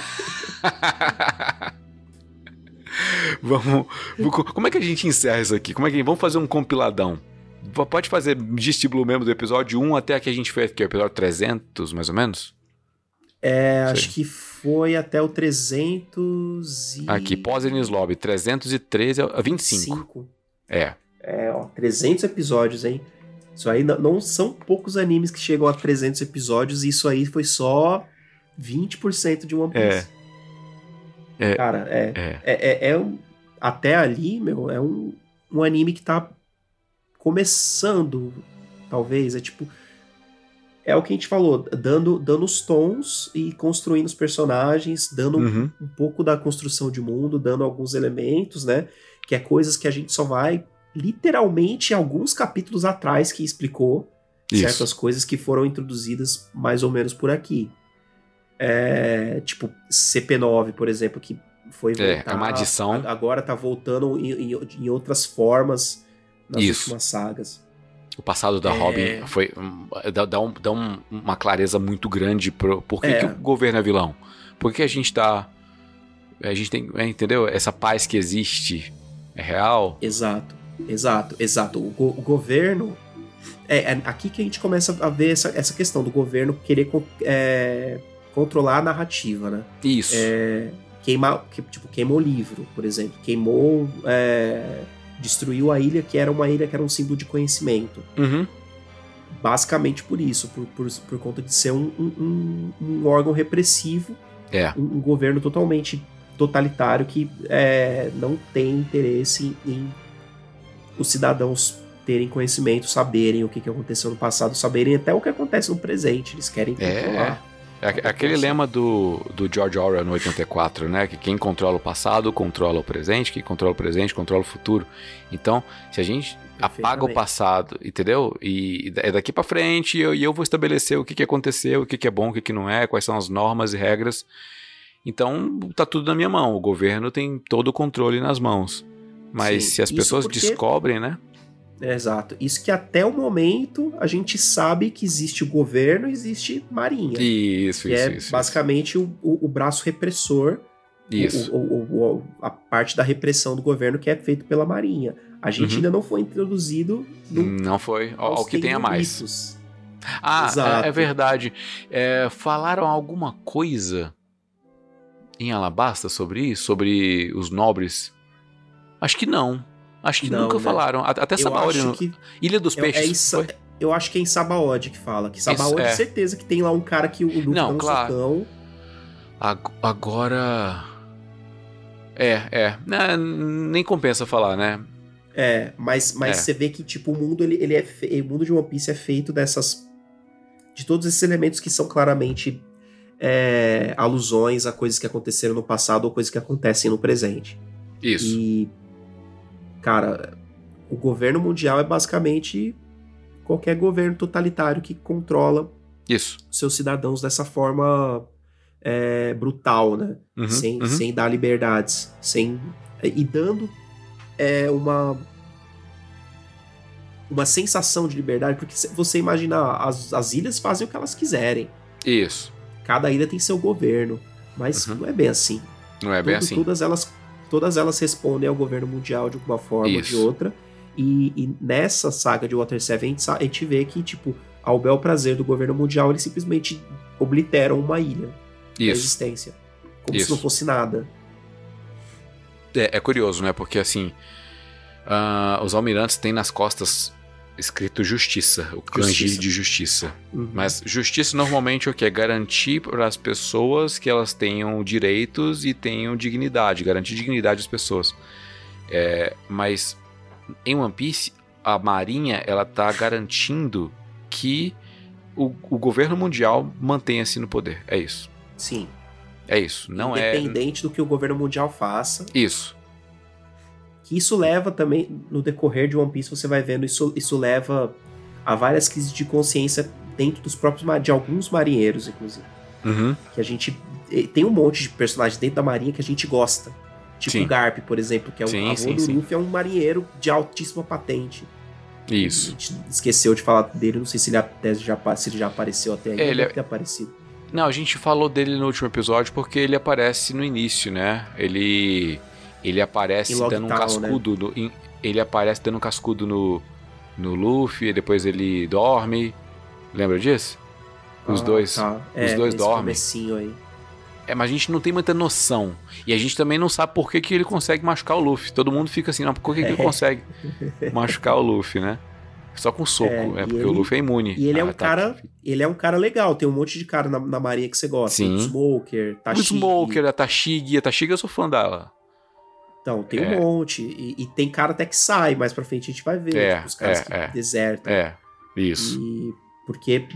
Como é que a gente encerra isso aqui? Vamos fazer um compiladão. Pode fazer de estilo mesmo do episódio 1 até que a gente fez aqui, o episódio 300, mais ou menos? Acho que foi até o 300 e... Aqui, pós-Enies Lobby, 313 a 25. 300 episódios, hein? Isso aí não são poucos animes que chegam a 300 episódios, e isso aí foi só 20% de One Piece. Cara, até ali, meu, é um anime que tá começando, talvez, é o que a gente falou, dando os tons e construindo os personagens, dando um pouco da construção de mundo, dando alguns elementos, né? Que é coisas que a gente só vai, literalmente, alguns capítulos atrás que explicou certas coisas que foram introduzidas mais ou menos por aqui. Tipo, CP9, por exemplo, que foi voltar, é uma adição. Agora tá voltando em outras formas nas últimas sagas. O passado da Robin dá uma clareza muito grande por que o governo é vilão. Por que a gente tem, entendeu? Essa paz que existe é real? Exato. O governo... aqui que a gente começa a ver essa questão do governo querer controlar a narrativa, né? Isso. Queimou o livro, por exemplo. Queimou... destruiu a ilha, que era uma ilha que era um símbolo de conhecimento. Basicamente por isso, por conta de ser um órgão repressivo, um governo totalmente totalitário que não tem interesse em os cidadãos terem conhecimento, saberem o que aconteceu no passado, saberem até o que acontece no presente. Eles querem controlar. É aquele lema do George Orwell no 84, né? Que quem controla o passado controla o presente, quem controla o presente controla o futuro. Então, se a gente apaga o passado, entendeu? E é daqui pra frente, e eu vou estabelecer o que aconteceu, o que é bom, o que não é, quais são as normas e regras. Então, tá tudo na minha mão. O governo tem todo o controle nas mãos. Mas se as pessoas descobrem, né? Exato. Isso que até o momento a gente sabe que existe o governo e existe marinha. Isso. Basicamente o braço repressor. Isso. A parte da repressão do governo que é feito pela marinha. A gente ainda não foi introduzido não foi. Ao que tem a mais. Exato. É verdade. Falaram alguma coisa em Alabasta sobre isso? Sobre os nobres? Acho que não. Acho que nunca falaram. Até Sabaody. Ilha dos Peixes. Eu acho que é em Sabaody que fala. Que Sabaody, de certeza que tem lá um cara que o Luffy dá um socão. Agora... nem compensa falar, né? Mas você vê que tipo, o mundo o mundo de One Piece é feito de todos esses elementos que são claramente alusões a coisas que aconteceram no passado ou coisas que acontecem no presente. Isso. E, cara, o governo mundial é basicamente qualquer governo totalitário que controla seus cidadãos dessa forma brutal, né? Sem dar liberdades, e dando uma sensação de liberdade, porque você imaginar, as ilhas fazem o que elas quiserem. Isso. Cada ilha tem seu governo, mas não é bem assim. Não é bem assim. Todas elas respondem ao governo mundial de alguma forma ou de outra. E nessa saga de Water 7 a gente vê que, tipo, ao bel prazer do governo mundial, eles simplesmente obliteram uma ilha da existência. Como se não fosse nada. É curioso, né? Porque, assim, os almirantes têm nas costas escrito justiça, o kanji de justiça. Mas justiça normalmente é o que? É garantir para as pessoas que elas tenham direitos e tenham dignidade, garantir dignidade às pessoas. Mas em One Piece, a marinha, ela tá garantindo que o governo mundial mantenha-se no poder. É isso. Sim. É isso. Não Independente do que o governo mundial faça. Isso. Que isso leva também, no decorrer de One Piece, você vai vendo, isso leva a várias crises de consciência dentro dos próprios, de alguns marinheiros, inclusive. Que a gente tem um monte de personagens dentro da marinha que a gente gosta. Tipo o Garp, por exemplo, que é o avô do Luffy, é um marinheiro de altíssima patente. Isso. A gente esqueceu de falar dele, não sei se ele já apareceu até aí, deve ter aparecido. Não, a gente falou dele no último episódio porque ele aparece no início, né? Ele aparece dando um cascudo, né? Ele aparece dando um cascudo no Luffy, e depois ele dorme. Lembra disso? Os dois dormem. Aí. Mas a gente não tem muita noção. E a gente também não sabe por que ele consegue machucar o Luffy. Todo mundo fica assim, não, por que ele consegue machucar o Luffy, né? Só com soco, porque o Luffy é imune. E ele ele é um cara legal, tem um monte de cara na marinha que você gosta. Sim. O Smoker, Tashigi. O Smoker, a Tashigi eu sou fã dela. Então, tem um monte. E tem cara até que sai, mais pra frente a gente vai ver. Tipo, os caras que desertam. Isso. Porque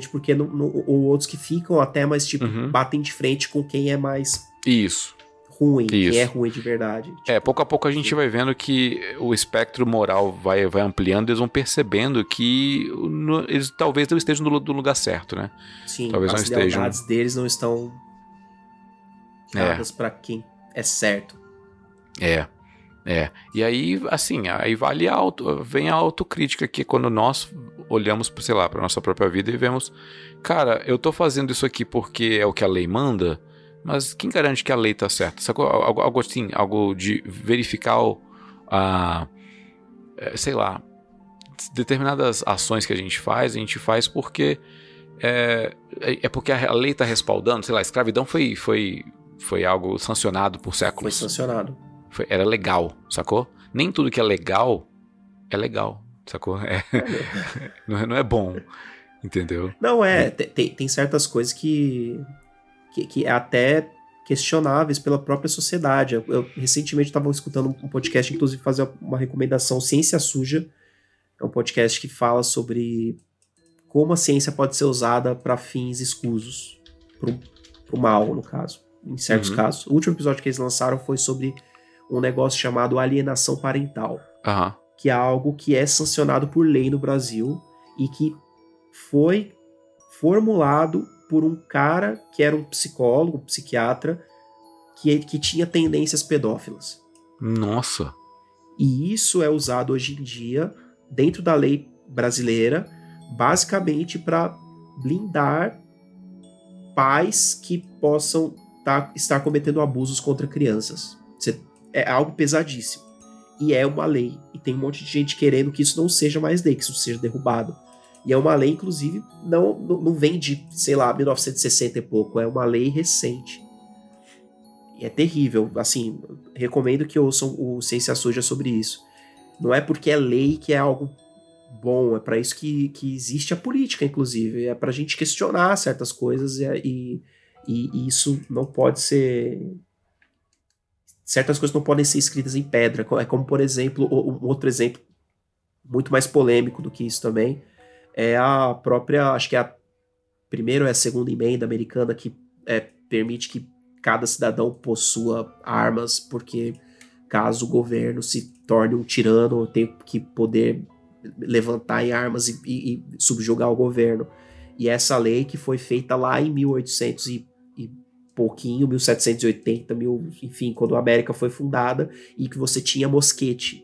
ou outros que ficam até, mas tipo, batem de frente com quem é mais ruim, quem é ruim de verdade. Tipo, pouco a pouco a gente vai vendo que o espectro moral vai ampliando, eles vão percebendo que eles talvez não estejam no lugar certo, né? Sim, talvez as lealdades deles não estão dadas pra quem é certo. E aí, assim, vem a autocrítica, que quando nós olhamos, sei lá, pra nossa própria vida e vemos, cara, eu tô fazendo isso aqui porque é o que a lei manda, mas quem garante que a lei tá certa? Sacou? Algo assim, algo de verificar sei lá, determinadas ações que a gente faz porque porque a lei tá respaldando, sei lá, a escravidão foi algo sancionado por séculos. Foi sancionado. Era legal, sacou? Nem tudo que é legal, sacou? Não é bom, entendeu? Não, tem certas coisas que é até questionáveis pela própria sociedade. Eu recentemente estava escutando um podcast, inclusive fazer uma recomendação, Ciência Suja. É um podcast que fala sobre como a ciência pode ser usada para fins escusos. pro mal, no caso, em certos casos. O último episódio que eles lançaram foi sobre um negócio chamado alienação parental, que é algo que é sancionado por lei no Brasil e que foi formulado por um cara que era um psicólogo, um psiquiatra, que tinha tendências pedófilas. Nossa! E isso é usado hoje em dia, dentro da lei brasileira, basicamente para blindar pais que possam estar cometendo abusos contra crianças. É algo pesadíssimo. E é uma lei. E tem um monte de gente querendo que isso não seja mais lei, que isso seja derrubado. E é uma lei, inclusive, não vem de, sei lá, 1960 e pouco. É uma lei recente. E é terrível. Assim, recomendo que ouçam o Ciência Suja sobre isso. Não é porque é lei que é algo bom. É para isso que existe a política, inclusive. É pra gente questionar certas coisas e isso não pode ser... Certas coisas não podem ser escritas em pedra. É como, por exemplo, um outro exemplo muito mais polêmico do que isso também, é a própria, acho que é a primeira ou é a segunda emenda americana que permite que cada cidadão possua armas, porque caso o governo se torne um tirano, tem que poder levantar em armas e subjugar o governo. E essa lei que foi feita lá em 1800 e pouquinho, 1780, enfim, quando a América foi fundada, e que você tinha mosquete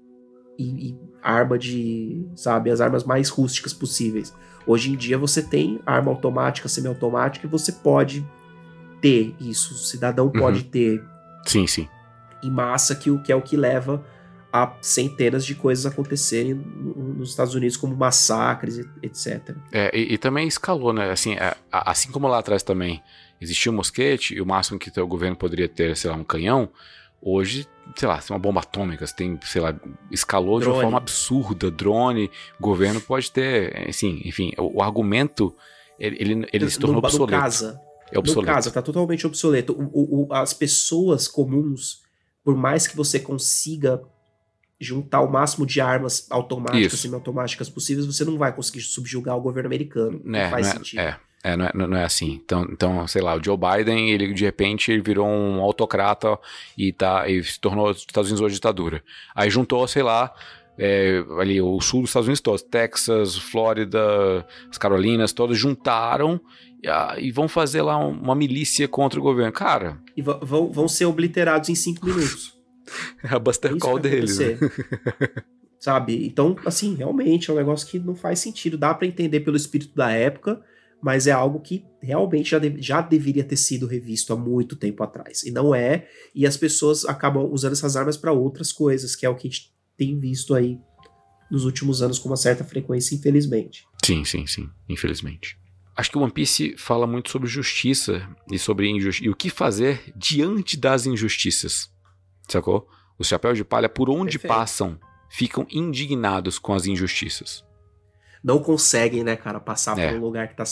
e arma de, sabe, as armas mais rústicas possíveis. Hoje em dia você tem arma automática, semiautomática, e você pode ter isso, o cidadão pode ter. Sim, sim. Em massa, que é o que leva a centenas de coisas acontecerem nos Estados Unidos, como massacres, etc. E também escalou, né? Assim como lá atrás também existia um mosquete, e o máximo que o governo poderia ter, sei lá, um canhão, hoje, sei lá, tem uma bomba atômica, tem, sei lá, escalou drone. De uma forma absurda, drone, o governo pode ter, assim, enfim, o argumento, ele se tornou obsoleto. No caso, tá totalmente obsoleto. As pessoas comuns, por mais que você consiga juntar o máximo de armas automáticas, semiautomáticas possíveis, você não vai conseguir subjugar o governo americano. Não faz sentido. Não é assim. Então, sei lá, o Joe Biden, ele de repente ele virou um autocrata e se tornou os Estados Unidos hoje ditadura. Aí juntou, sei lá, ali o sul dos Estados Unidos todos, Texas, Flórida, as Carolinas, todos juntaram e vão fazer lá uma milícia contra o governo. Cara... E vão ser obliterados em 5 minutos. É a Buster Call deles, né? Sabe? Então, assim, realmente é um negócio que não faz sentido. Dá pra entender pelo espírito da época, mas é algo que realmente já deveria ter sido revisto há muito tempo atrás. E não é, e as pessoas acabam usando essas armas para outras coisas, que é o que a gente tem visto aí nos últimos anos com uma certa frequência, infelizmente. Sim, infelizmente. Acho que o One Piece fala muito sobre justiça e sobre e o que fazer diante das injustiças. Sacou? Os chapéus de palha, por onde passam, ficam indignados com as injustiças. Não conseguem, né, cara, passar por um lugar que tá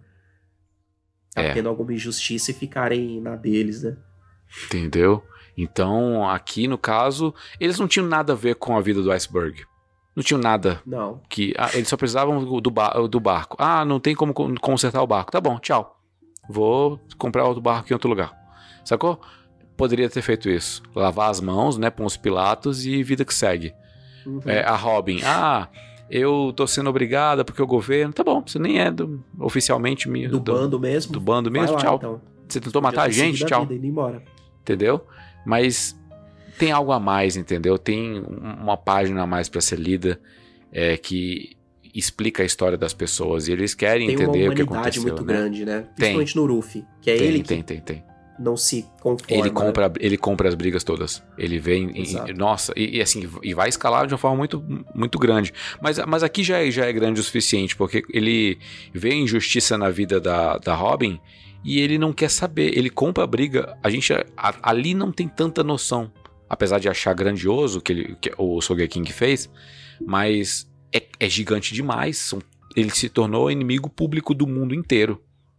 tendo alguma injustiça e ficarem na deles, né? Entendeu? Então, aqui no caso, eles não tinham nada a ver com a vida do Iceberg. Não tinham nada. Não. Eles só precisavam do barco. Não tem como consertar o barco. Tá bom, tchau. Vou comprar outro barco em outro lugar. Sacou? Poderia ter feito isso. Lavar as mãos, né, Pôncio Pilatos e vida que segue. A Robin. Eu tô sendo obrigada porque o governo... Tá bom, você nem é oficialmente... Do bando mesmo. Do bando mesmo, lá, tchau. Então. Você tentou matar a gente, tchau. Vida, embora. Entendeu? Mas tem algo a mais, entendeu? Tem uma página a mais pra ser lida que explica a história das pessoas. E eles querem entender o que aconteceu. Tem uma humanidade muito grande, né? Principalmente no Ruffy. Que é tem. Não se conforma. Ele compra as brigas todas. Ele vem... Nossa, assim, e vai escalar de uma forma muito, muito grande. Mas aqui já é grande o suficiente, porque ele vê a injustiça na vida da Robin e ele não quer saber. Ele compra a briga. A gente ali não tem tanta noção. Apesar de achar grandioso que o Sogeking fez, mas é gigante demais. Ele se tornou inimigo público do mundo inteiro.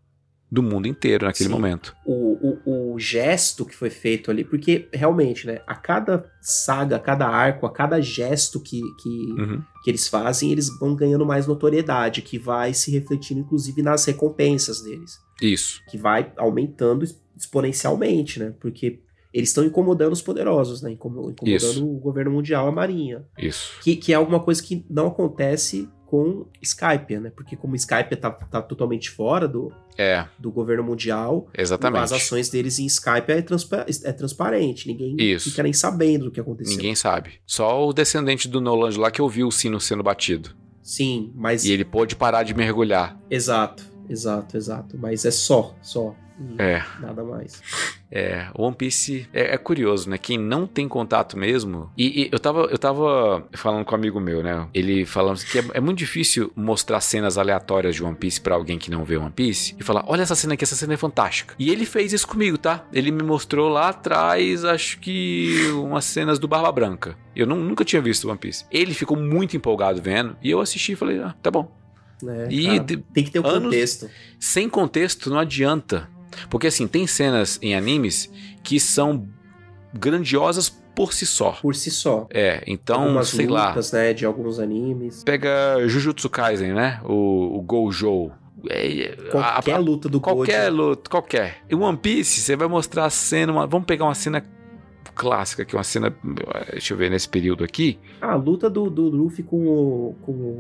do mundo inteiro naquele momento. O gesto que foi feito ali, porque realmente, né, a cada saga, a cada arco, a cada gesto que eles fazem, eles vão ganhando mais notoriedade, que vai se refletindo inclusive nas recompensas deles. Isso. Que vai aumentando exponencialmente, né, porque eles estão incomodando os poderosos, né, incomodando o governo mundial, a marinha. Isso. Que é alguma coisa que não acontece com Skypiea, né? Porque como Skypiea tá totalmente fora do governo mundial, exatamente, as ações deles em Skypiea é transparente. Ninguém fica nem sabendo do que aconteceu. Ninguém sabe. Só o descendente do Noland lá que ouviu o sino sendo batido. Sim, mas... E ele pôde parar de mergulhar. Exato. Mas é só. Nada mais. One Piece é curioso, né? Quem não tem contato mesmo... E eu tava falando com um amigo meu, né? Ele falando que é muito difícil mostrar cenas aleatórias de One Piece pra alguém que não vê One Piece e falar, olha essa cena aqui, essa cena é fantástica. E ele fez isso comigo, tá? Ele me mostrou lá atrás, acho que umas cenas do Barba Branca. Eu nunca tinha visto One Piece. Ele ficou muito empolgado vendo e eu assisti e falei, tá bom. Tem que ter um contexto. Sem contexto não adianta. Porque assim, tem cenas em animes que são grandiosas por si só. Por si só. Então, algumas sei lutas, lá. né, de alguns animes. Pega Jujutsu Kaisen, né? O Gojo. Qualquer luta do Gojo. Qualquer. Em One Piece, você vai mostrar a cena... Vamos pegar uma cena clássica aqui, uma cena... Deixa eu ver, nesse período aqui. A luta do Luffy com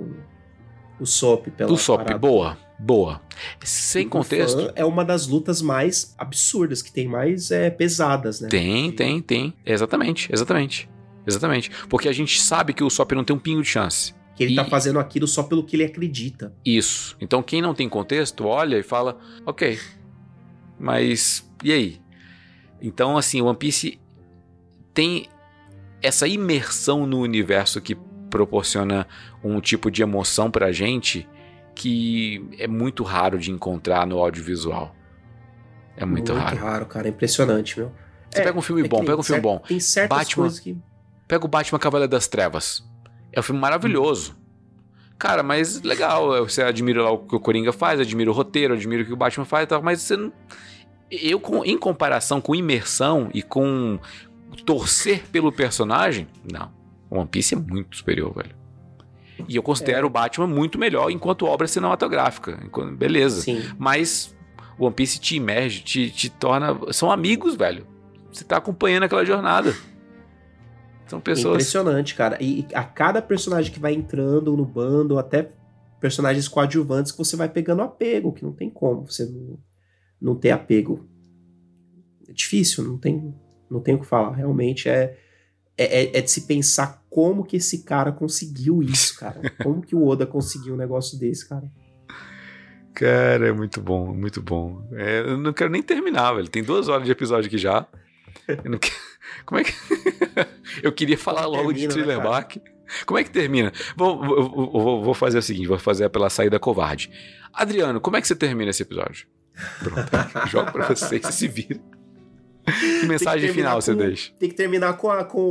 o Sop. O Sop, boa. Sem contexto. É uma das lutas mais absurdas, que tem mais pesadas, né? Tem. Exatamente. Porque a gente sabe que o Sop não tem um pingo de chance. Que ele tá fazendo aquilo só pelo que ele acredita. Isso. Então quem não tem contexto, olha e fala, ok, mas e aí? Então assim, One Piece tem essa imersão no universo que proporciona um tipo de emoção pra gente que é muito raro de encontrar no audiovisual. É muito raro. Muito raro, cara. É impressionante, meu. Você pega um filme bom, Tem certas coisas que... Pega o Batman Cavaleiro das Trevas. É um filme maravilhoso. Cara, mas legal. Você admira lá o que o Coringa faz, admira o roteiro, admira o que o Batman faz e tal, mas você não... em comparação com imersão e com torcer pelo personagem, não. One Piece é muito superior, velho. E eu considero o Batman muito melhor enquanto obra cinematográfica. Beleza. Sim. Mas o One Piece te imerge, te torna... São amigos, velho. Você tá acompanhando aquela jornada. São pessoas... Impressionante, cara. E a cada personagem que vai entrando no bando, até personagens coadjuvantes, que você vai pegando apego, que não tem como você não ter apego. É difícil, não tem o que falar. Realmente é de se pensar como que esse cara conseguiu isso, cara. Como que o Oda conseguiu um negócio desse, cara. Cara, é muito bom, muito bom. Eu não quero nem terminar, velho. Tem 2 horas de episódio aqui já. Eu não quero... Como é que... Eu queria falar logo de Thriller Bark. Como é que termina? Vou fazer o seguinte, vou fazer pela saída covarde. Adriano, como é que você termina esse episódio? Pronto, jogo pra vocês, você se vira. Que mensagem final você deixa? Tem que terminar com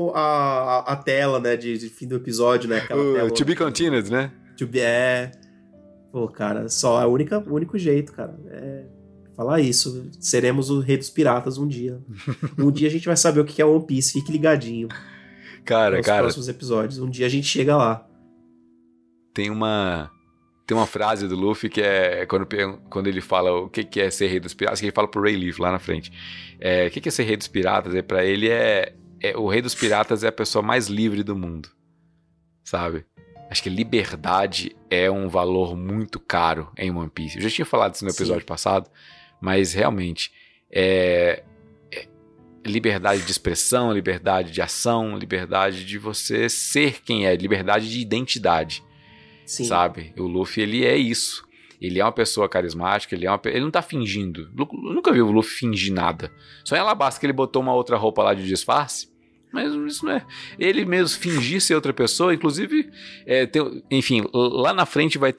a tela, né, de fim do episódio, né? Aquela tela, to be continued, né? Pô, cara, só é o único jeito, cara. Falar isso. Seremos o rei dos piratas um dia. Um dia a gente vai saber o que é One Piece. Fique ligadinho. Cara. Nos próximos episódios. Um dia a gente chega lá. Tem uma frase do Luffy que é quando ele fala o que é ser rei dos piratas, que ele fala pro Rayleigh lá na frente. O que é ser rei dos piratas? Pra ele o rei dos piratas é a pessoa mais livre do mundo. Sabe? Acho que liberdade é um valor muito caro em One Piece. Eu já tinha falado isso no episódio passado, mas realmente liberdade de expressão, liberdade de ação, liberdade de você ser quem é, liberdade de identidade. Sim. Sabe? O Luffy, ele é isso. Ele é uma pessoa carismática, ele não tá fingindo. Eu nunca vi o Luffy fingir nada. Só em Alabasta que ele botou uma outra roupa lá de disfarce, mas isso não é. Ele mesmo fingir ser outra pessoa, inclusive, enfim, lá na frente vai ter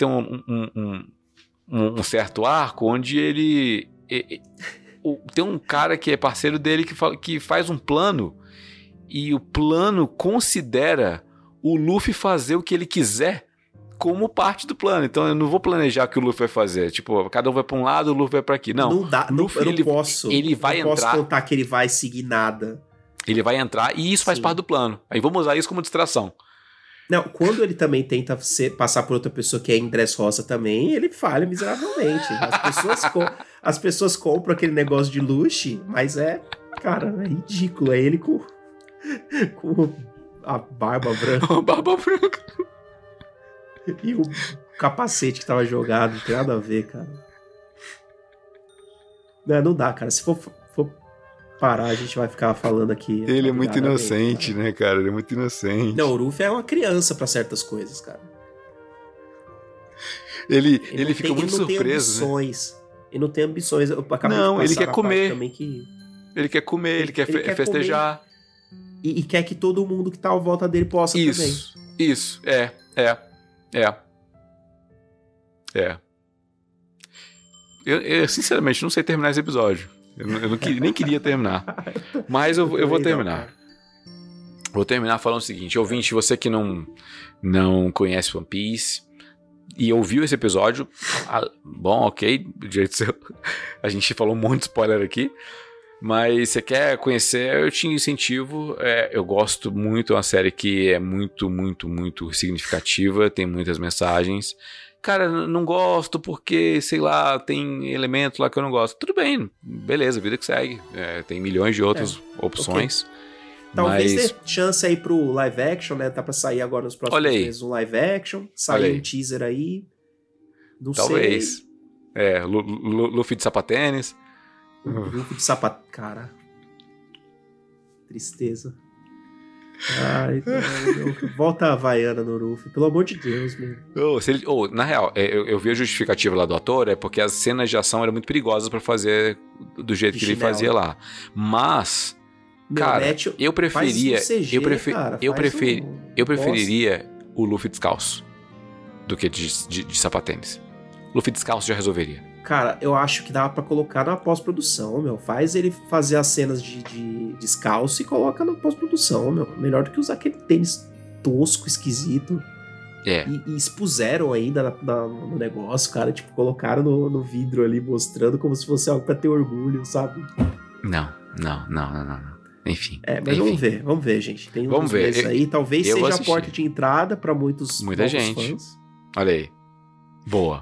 um certo arco onde ele... tem um cara que é parceiro dele que faz um plano, e o plano considera o Luffy fazer o que ele quiser como parte do plano. Então eu não vou planejar o que o Luffy vai fazer. Tipo, cada um vai pra um lado, o Luffy vai pra aqui. Não, Não dá, Luffy, eu não posso. Ele vai não entrar. Posso contar que ele vai seguir nada. Ele vai entrar e isso faz parte do plano. Aí vamos usar isso como distração. Não, quando ele também tenta passar por outra pessoa que é em Dressrosa também, ele falha miseravelmente. As pessoas compram aquele negócio de luxo, mas cara, é ridículo. É ele com a barba branca. A barba branca. E o capacete que tava jogado, não tem nada a ver, cara. Não dá, cara. Se for parar, a gente vai ficar falando aqui. Ele é muito inocente, cara. Né, cara? Ele é muito inocente. Não, o Luffy é uma criança pra certas coisas, cara. Ele fica muito surpreso. Tem ambições. Né? Ele não tem ambições. Não, ele quer comer. Ele quer comer, ele quer festejar. E quer que todo mundo que tá à volta dele possa também. Isso, Eu sinceramente não sei terminar esse episódio. Eu nem queria terminar. Mas eu vou terminar. Vou terminar falando o seguinte: ouvinte, você que não conhece One Piece e ouviu esse episódio, bom, ok, a gente falou um monte de spoiler aqui, mas você quer conhecer, eu te incentivo. Eu gosto muito, é uma série que é muito, muito, muito significativa, tem muitas mensagens. Cara, não gosto porque, sei lá, tem elementos lá que eu não gosto. Tudo bem, beleza, vida que segue. Tem milhões de outras opções. Okay. Talvez dê chance aí pro live action, né? Tá pra sair agora nos próximos meses um live action. Saiu um teaser aí. Não Talvez. sei. Luffy de sapatênis. Luffy de sapatênis. Cara. Tristeza. Ai, volta a Havaiana no Luffy, pelo amor de Deus, meu. Na real, eu vi a justificativa lá do ator, porque as cenas de ação eram muito perigosas pra fazer do jeito que ele fazia lá. Mas, cara, eu preferiria o Luffy descalço do que de sapatênis. Luffy descalço já resolveria. Cara, eu acho que dava pra colocar na pós-produção, meu. Faz ele fazer as cenas de descalço e coloca na pós-produção, meu. Melhor do que usar aquele tênis tosco, esquisito. E expuseram ainda no negócio, cara. Tipo, colocaram no vidro ali, mostrando como se fosse algo pra ter orgulho, sabe? Não. Enfim. Mas vamos ver, gente. Tem uns meses aí. Talvez seja a porta de entrada pra muita gente. Fãs. Olha aí. Boa.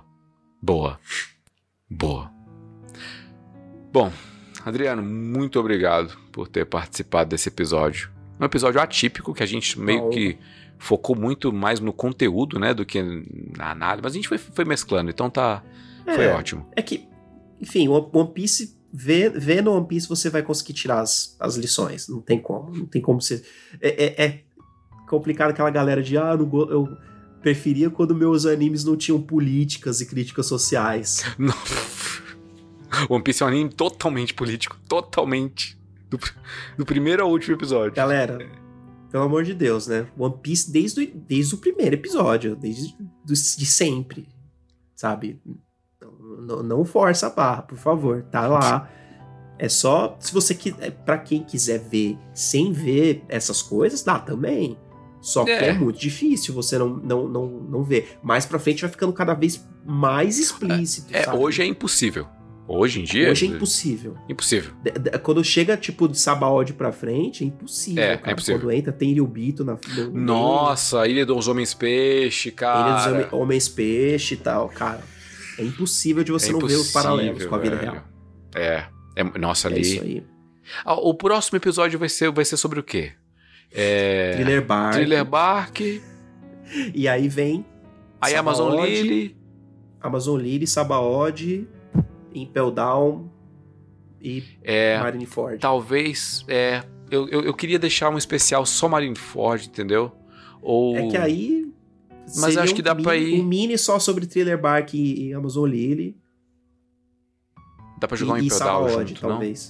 Bom, Adriano, muito obrigado por ter participado desse episódio. Um episódio atípico que a gente meio que focou muito mais no conteúdo, né, do que na análise, mas a gente foi mesclando, então foi ótimo. É que, enfim, One Piece, vendo One Piece você vai conseguir tirar as lições, não tem como você... É complicado aquela galera de, eu preferia quando meus animes não tinham políticas e críticas sociais. Não. One Piece é um anime totalmente político. Totalmente. Do primeiro ao último episódio. Galera, pelo amor de Deus, né? One Piece desde o primeiro episódio. De sempre. Sabe? Não força a barra, por favor. Tá lá. É só... Se você quiser... Pra quem quiser ver sem ver essas coisas, dá também. Só que é muito difícil você não ver. Mais pra frente vai ficando cada vez mais explícito. Sabe? Hoje é impossível. Hoje em dia... Hoje é impossível. Impossível. Quando chega, tipo, de Sabaody pra frente, é impossível, cara. É impossível. Quando entra, tem Ryubito no Nossa, meio. Ilha dos Homens-Peixe, cara. Ilha dos Homens-Peixe e tal, cara. É impossível de você não ver os paralelos com a vida real. Nossa, ali... É isso aí. O próximo episódio vai ser sobre o quê? Thriller Bark. E aí vem... Aí Sabaody, Amazon Lily, Sabaody... Impel Down e Marineford. Talvez, eu queria deixar um especial só Marineford, entendeu? É que aí... Mas acho que dá pra ir... Um mini só sobre Thriller Bark e Amazon Lily. Dá pra jogar um Impel Down junto, talvez.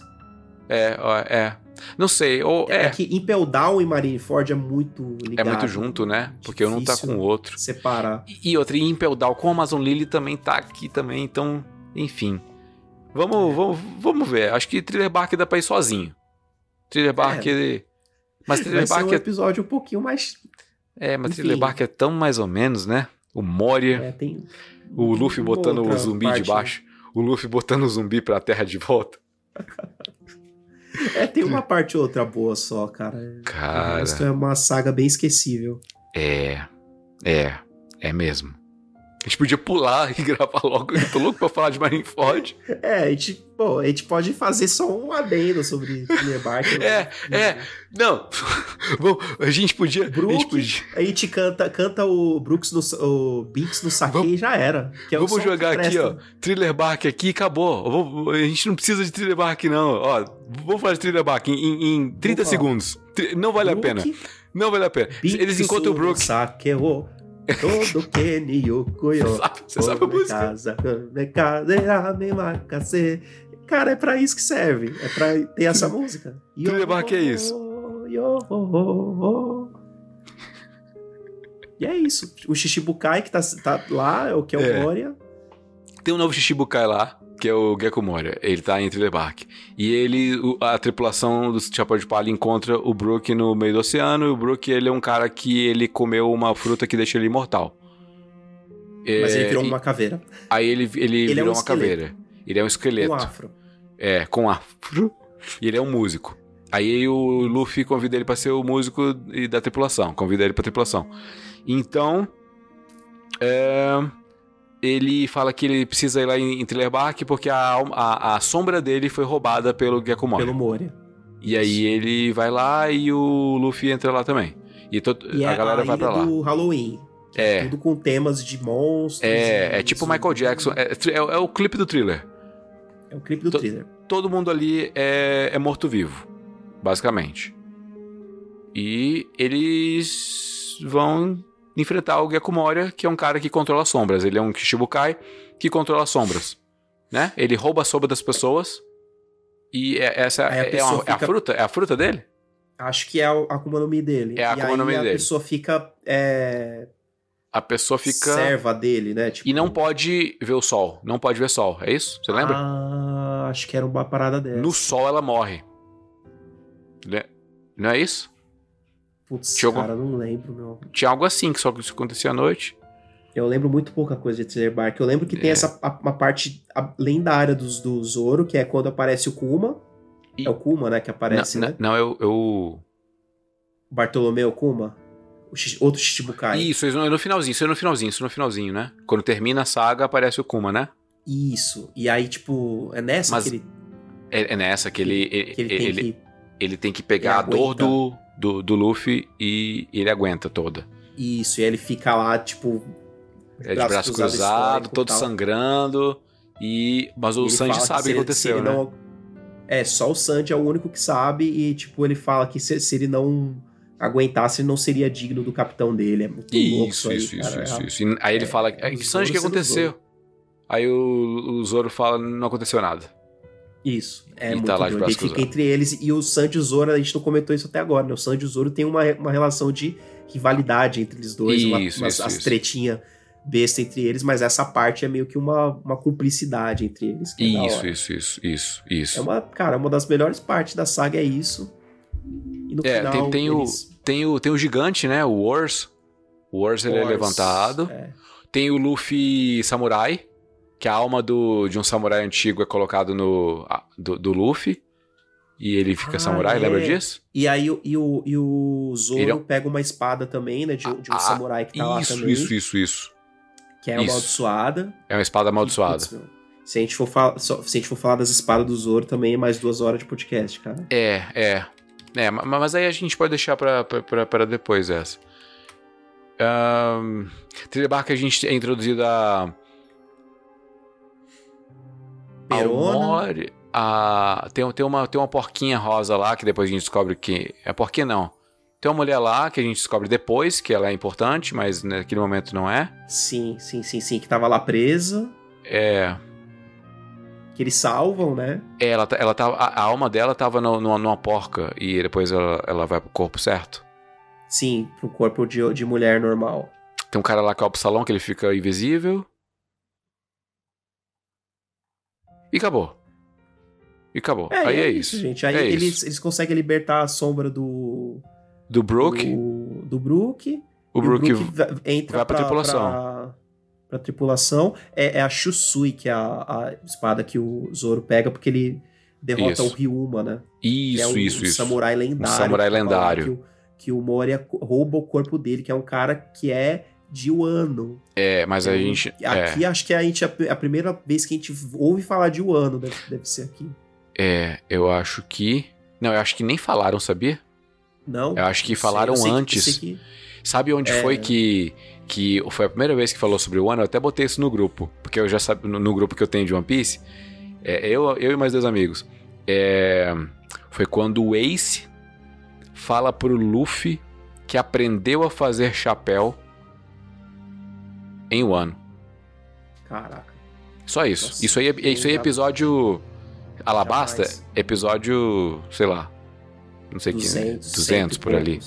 Não sei. É que Impel Down e Marineford é muito ligado. É muito junto, né? Porque um não tá com o outro. Separar. E outra, Impel Down com Amazon Lily também tá aqui também, então... Enfim... Vamos ver. Acho que Thriller Bark dá pra ir sozinho. Thriller Bark... Mas Thriller Bark um episódio um pouquinho mais... mas Thriller Bark é tão mais ou menos, né? O Moria. Tem o Luffy botando o zumbi de baixo. O Luffy botando o zumbi pra terra de volta. Tem uma parte ou outra boa só, cara. Cara. Isso é uma saga bem esquecível. É mesmo. A gente podia pular e gravar logo. Eu tô louco pra falar de Marineford. A gente pode fazer só um adendo sobre Thriller Bark. Não. Bom, a gente podia... A gente canta o Binks no saque e já era. Vamos jogar aqui, ó. Thriller Bark aqui e acabou. A gente não precisa de Thriller Bark, não. Ó, vamos fazer Thriller Bark em 30 segundos. Não vale a pena. Não vale a pena. Eles encontram o Brook. Todo Kenyokoyo. Você sabe a música? Cara, é pra isso que serve. É pra ter essa música. Thriller Bark é isso. E é isso. O Shichibukai que tá lá, que é o Moria. Tem um novo Shichibukai lá, que é o Gekko Moria. Ele tá em Thriller Bark. E a tripulação do Chapéu de Palha encontra o Brook no meio do oceano. E o Brook, ele é um cara que ele comeu uma fruta que deixa ele imortal. Mas ele virou uma caveira. Aí ele virou uma caveira. Ele é um esqueleto. Com afro. Com afro. E ele é um músico. Aí o Luffy convida ele pra ser o músico da tripulação. Convida ele pra tripulação. Então... ele fala que ele precisa ir lá em Thriller Bark porque a sombra dele foi roubada pelo Gekko Moria. Pelo Moria. E aí ele vai lá e o Luffy entra lá também. E a galera vai pra lá. Do Halloween. Tudo com temas de monstros. É tipo Michael Jackson. É o clipe do Thriller. É o clipe do Thriller. Todo mundo ali é morto-vivo, basicamente. E eles vão enfrentar o Gekko Moria, que é um cara que controla sombras. Ele é um Shichibukai que controla sombras, né? Ele rouba a sombra das pessoas. E essa a fruta? É a fruta dele? Acho que é a Akuma no Mi dele. É a Akuma no Mi dele. A pessoa fica... A pessoa fica... serva dele, né? Tipo... E não pode ver o sol. Não pode ver sol. É isso? Você lembra? Acho que era uma parada dessa. No sol ela morre. Não é isso? Putz, cara, não lembro, meu. Tinha algo assim, que só acontecia à noite. Eu lembro muito pouca coisa de Thriller Bark. Eu lembro que tem uma parte lendária do Zoro, que é quando aparece o Kuma. É o Kuma, né, que aparece, né? Não, é o... Bartolomeu Kuma. Outro Shichibukai. Isso é no finalzinho, né? Quando termina a saga, aparece o Kuma, né? Isso. E aí, tipo, é nessa que ele... É nessa que ele tem que pegar a dor do Luffy e ele aguenta toda. Isso, e aí ele fica lá, tipo... de braço cruzado, todo sangrando. Mas o Sanji sabe o que aconteceu, né? Só o Sanji é o único que sabe. E, tipo, ele fala que se ele não aguentasse, ele não seria digno do capitão dele. É muito louco isso aí, isso. E aí ele fala, Sanji, o que aconteceu? Aí o Zoro fala, não aconteceu nada. Isso, muito tá lá doido. Ele fica entre eles, e o Sanji e o Zoro, a gente não comentou isso até agora, né? O Sanji e o Zoro tem uma relação de rivalidade entre eles dois, as tretinhas besta entre eles, mas essa parte é meio que uma cumplicidade entre eles. Isso. Uma das melhores partes da saga é isso. E no final, tem o gigante, né? O Wars. O Wars, ele é levantado. Tem o Luffy Samurai, que a alma de um samurai antigo é colocado do Luffy. E ele fica samurai, lembra disso? E aí o Zoro pega uma espada também, né? De um samurai que tá lá também. Isso. Que é amaldiçoada. É uma espada amaldiçoada. Se a gente for falar das espadas do Zoro, também é mais 2 horas de podcast, cara. Mas aí a gente pode deixar pra depois essa. Thriller Bark, a gente é introduzido a... Perona. Tem uma porquinha rosa lá, que depois a gente descobre que... É porquinha, não. Tem uma mulher lá que a gente descobre depois que ela é importante, mas naquele momento não é. Sim, que tava lá presa. Que eles salvam, né? A alma dela tava numa porca e depois ela vai pro corpo, certo? Sim, pro corpo de mulher normal. Tem um cara lá que é o salão que ele fica invisível. E acabou. Aí é isso, gente. Aí eles conseguem libertar a sombra do Brook. Do Brook. O Brook entra vai pra tripulação. pra tripulação. É a Shusui, que é a espada que o Zoro pega, porque ele derrota o Ryuma, né? Isso. Samurai lendário. Um samurai lendário. Que o Moria rouba o corpo dele, que é um cara que é de Wano. Mas a gente... Aqui acho que a primeira vez que a gente ouve falar de Wano, deve ser aqui. Eu acho que... Não, eu acho que nem falaram, sabia? Não? Eu acho que falaram antes. Sabe onde foi que foi a primeira vez que falou sobre o Wano? Eu até botei isso no grupo, porque eu já sabia, no grupo que eu tenho de One Piece, eu e mais 2 amigos. Foi quando o Ace fala pro Luffy que aprendeu a fazer chapéu em Wano. Caraca. Só isso. Nossa, isso aí é episódio... Alabasta? Jamais. Episódio, sei lá, não sei 200 por ali.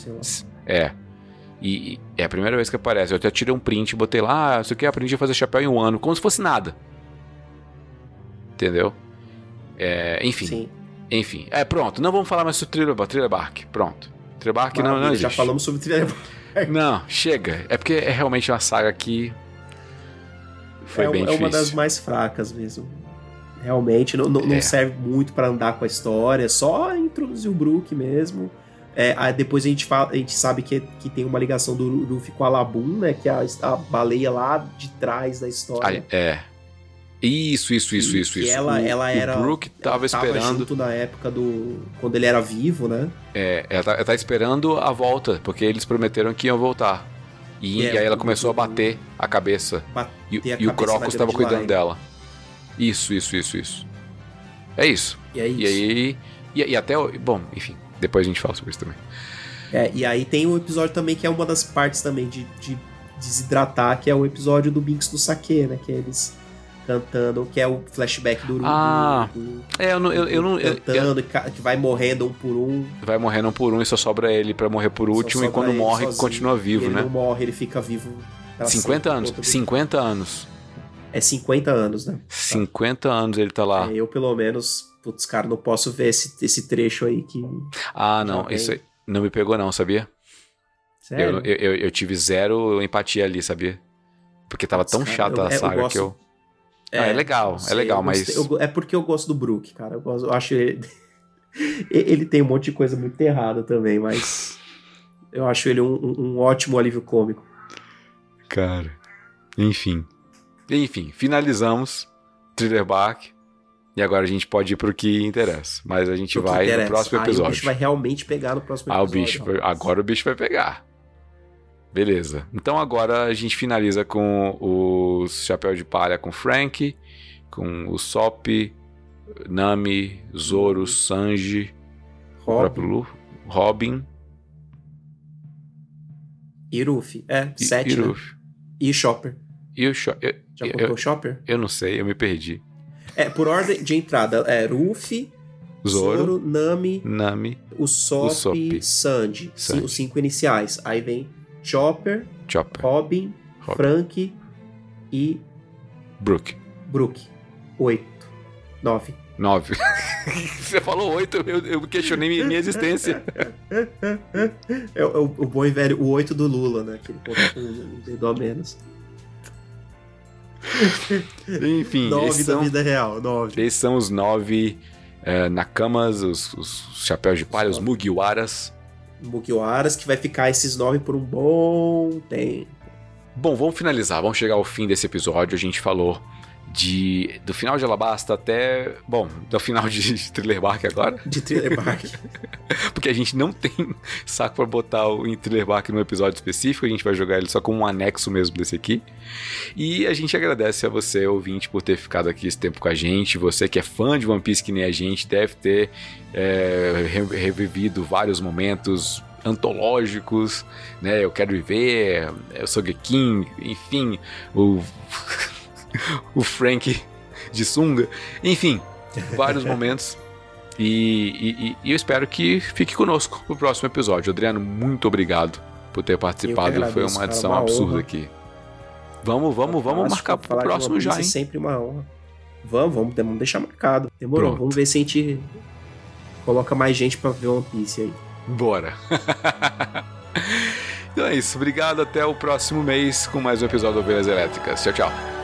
E é a primeira vez que aparece. Eu até tirei um print e botei lá, isso aqui eu aprendi a fazer chapéu em 1 ano, como se fosse nada. Entendeu? Enfim. Sim. Enfim. Pronto, não vamos falar mais sobre Thriller Bark. Pronto. Thriller Bark não existe. Já falamos sobre Thriller Bark. Não, chega. É porque é realmente uma saga que foi bem difícil. É uma das mais fracas mesmo. Realmente, não serve muito pra andar com a história, só introduzir o Brook mesmo. Aí depois a gente sabe que tem uma ligação do Luffy com a Labum, né? Que é a baleia lá de trás da história. Isso. Que ela era... O Brook tava esperando... junto na época quando ele era vivo, né? Ela tá esperando a volta, porque eles prometeram que iam voltar. E aí ela começou a bater a cabeça. E o Crocus tava cuidando dela. Isso. É isso. E é isso. E aí... E até... Bom, enfim. Depois a gente fala sobre isso também. E aí tem um episódio também que é uma das partes também de desidratar, que é o episódio do Binks do Sake, né? Que é eles cantando, que é o flashback do... cantando, que vai morrendo um por um. Vai morrendo um por um e só sobra ele pra morrer por último. E quando morre, sozinho, continua vivo, ele né? Ele não morre, ele fica vivo. 50 anos. 50 anos. É 50 anos, né? 50 anos ele tá lá. Eu, pelo menos, putz, cara, não posso ver esse trecho aí que... não, isso aí não me pegou não, sabia? Sério? Eu tive 0 empatia ali, sabia? Porque tava tão chata a saga que eu... é legal, mas... É porque eu gosto do Brook, cara. Eu acho ele... ele tem um monte de coisa muito errada também, mas... eu acho ele um ótimo alívio cômico. Cara, enfim, finalizamos Thriller Bark e agora a gente pode ir pro que interessa. Mas a gente vai no próximo episódio. O bicho vai realmente pegar no próximo episódio. Agora o bicho vai pegar. Beleza. Então agora a gente finaliza com os Chapéu de Palha com Frank, com o Sop, Nami, Zoro, Sanji, o próprio Lu, Robin e Ruffy. 7, né? E Chopper. Já contou o Chopper? Eu não sei, eu me perdi. Por ordem de entrada, Ruffy, Zoro, Nami, o Sop, Sanji. Os 5 iniciais. Aí vem Chopper. Robin, Frank e... Brook. 8. 9. Você falou 8, eu questionei minha existência. É o bom e velho, o 8 do Lula, né? Que ele conta com um dedo a menos. Enfim, 9 da vida real, 9. Esses são os 9 Nakamas, os Chapéus de Palha, os Mugiwaras. Que vai ficar esses 9 por um bom tempo. Bom, vamos finalizar, vamos chegar ao fim desse episódio. A gente falou do final de Alabasta até... Bom, do final de Thriller Bark agora. De Thriller Bark. Porque a gente não tem saco pra botar o Thriller Bark num episódio específico. A gente vai jogar ele só como um anexo mesmo desse aqui. E a gente agradece a você, ouvinte, por ter ficado aqui esse tempo com a gente. Você que é fã de One Piece que nem a gente, deve ter revivido vários momentos antológicos, né? Eu quero viver, eu sou Gekin, enfim, o Frank de sunga, enfim, vários momentos. E eu espero que fique conosco no próximo episódio. Adriano, muito obrigado por ter participado. Agradeço, foi uma edição absurda honra. Aqui. Vamos marcar pro próximo já, hein? É sempre uma honra. Vamos deixar marcado. Demorou. Pronto. Vamos ver se a gente coloca mais gente pra ver One Piece aí. Bora. Então é isso, obrigado, até o próximo mês com mais um episódio do Ovelhas Elétricas. Tchau, tchau.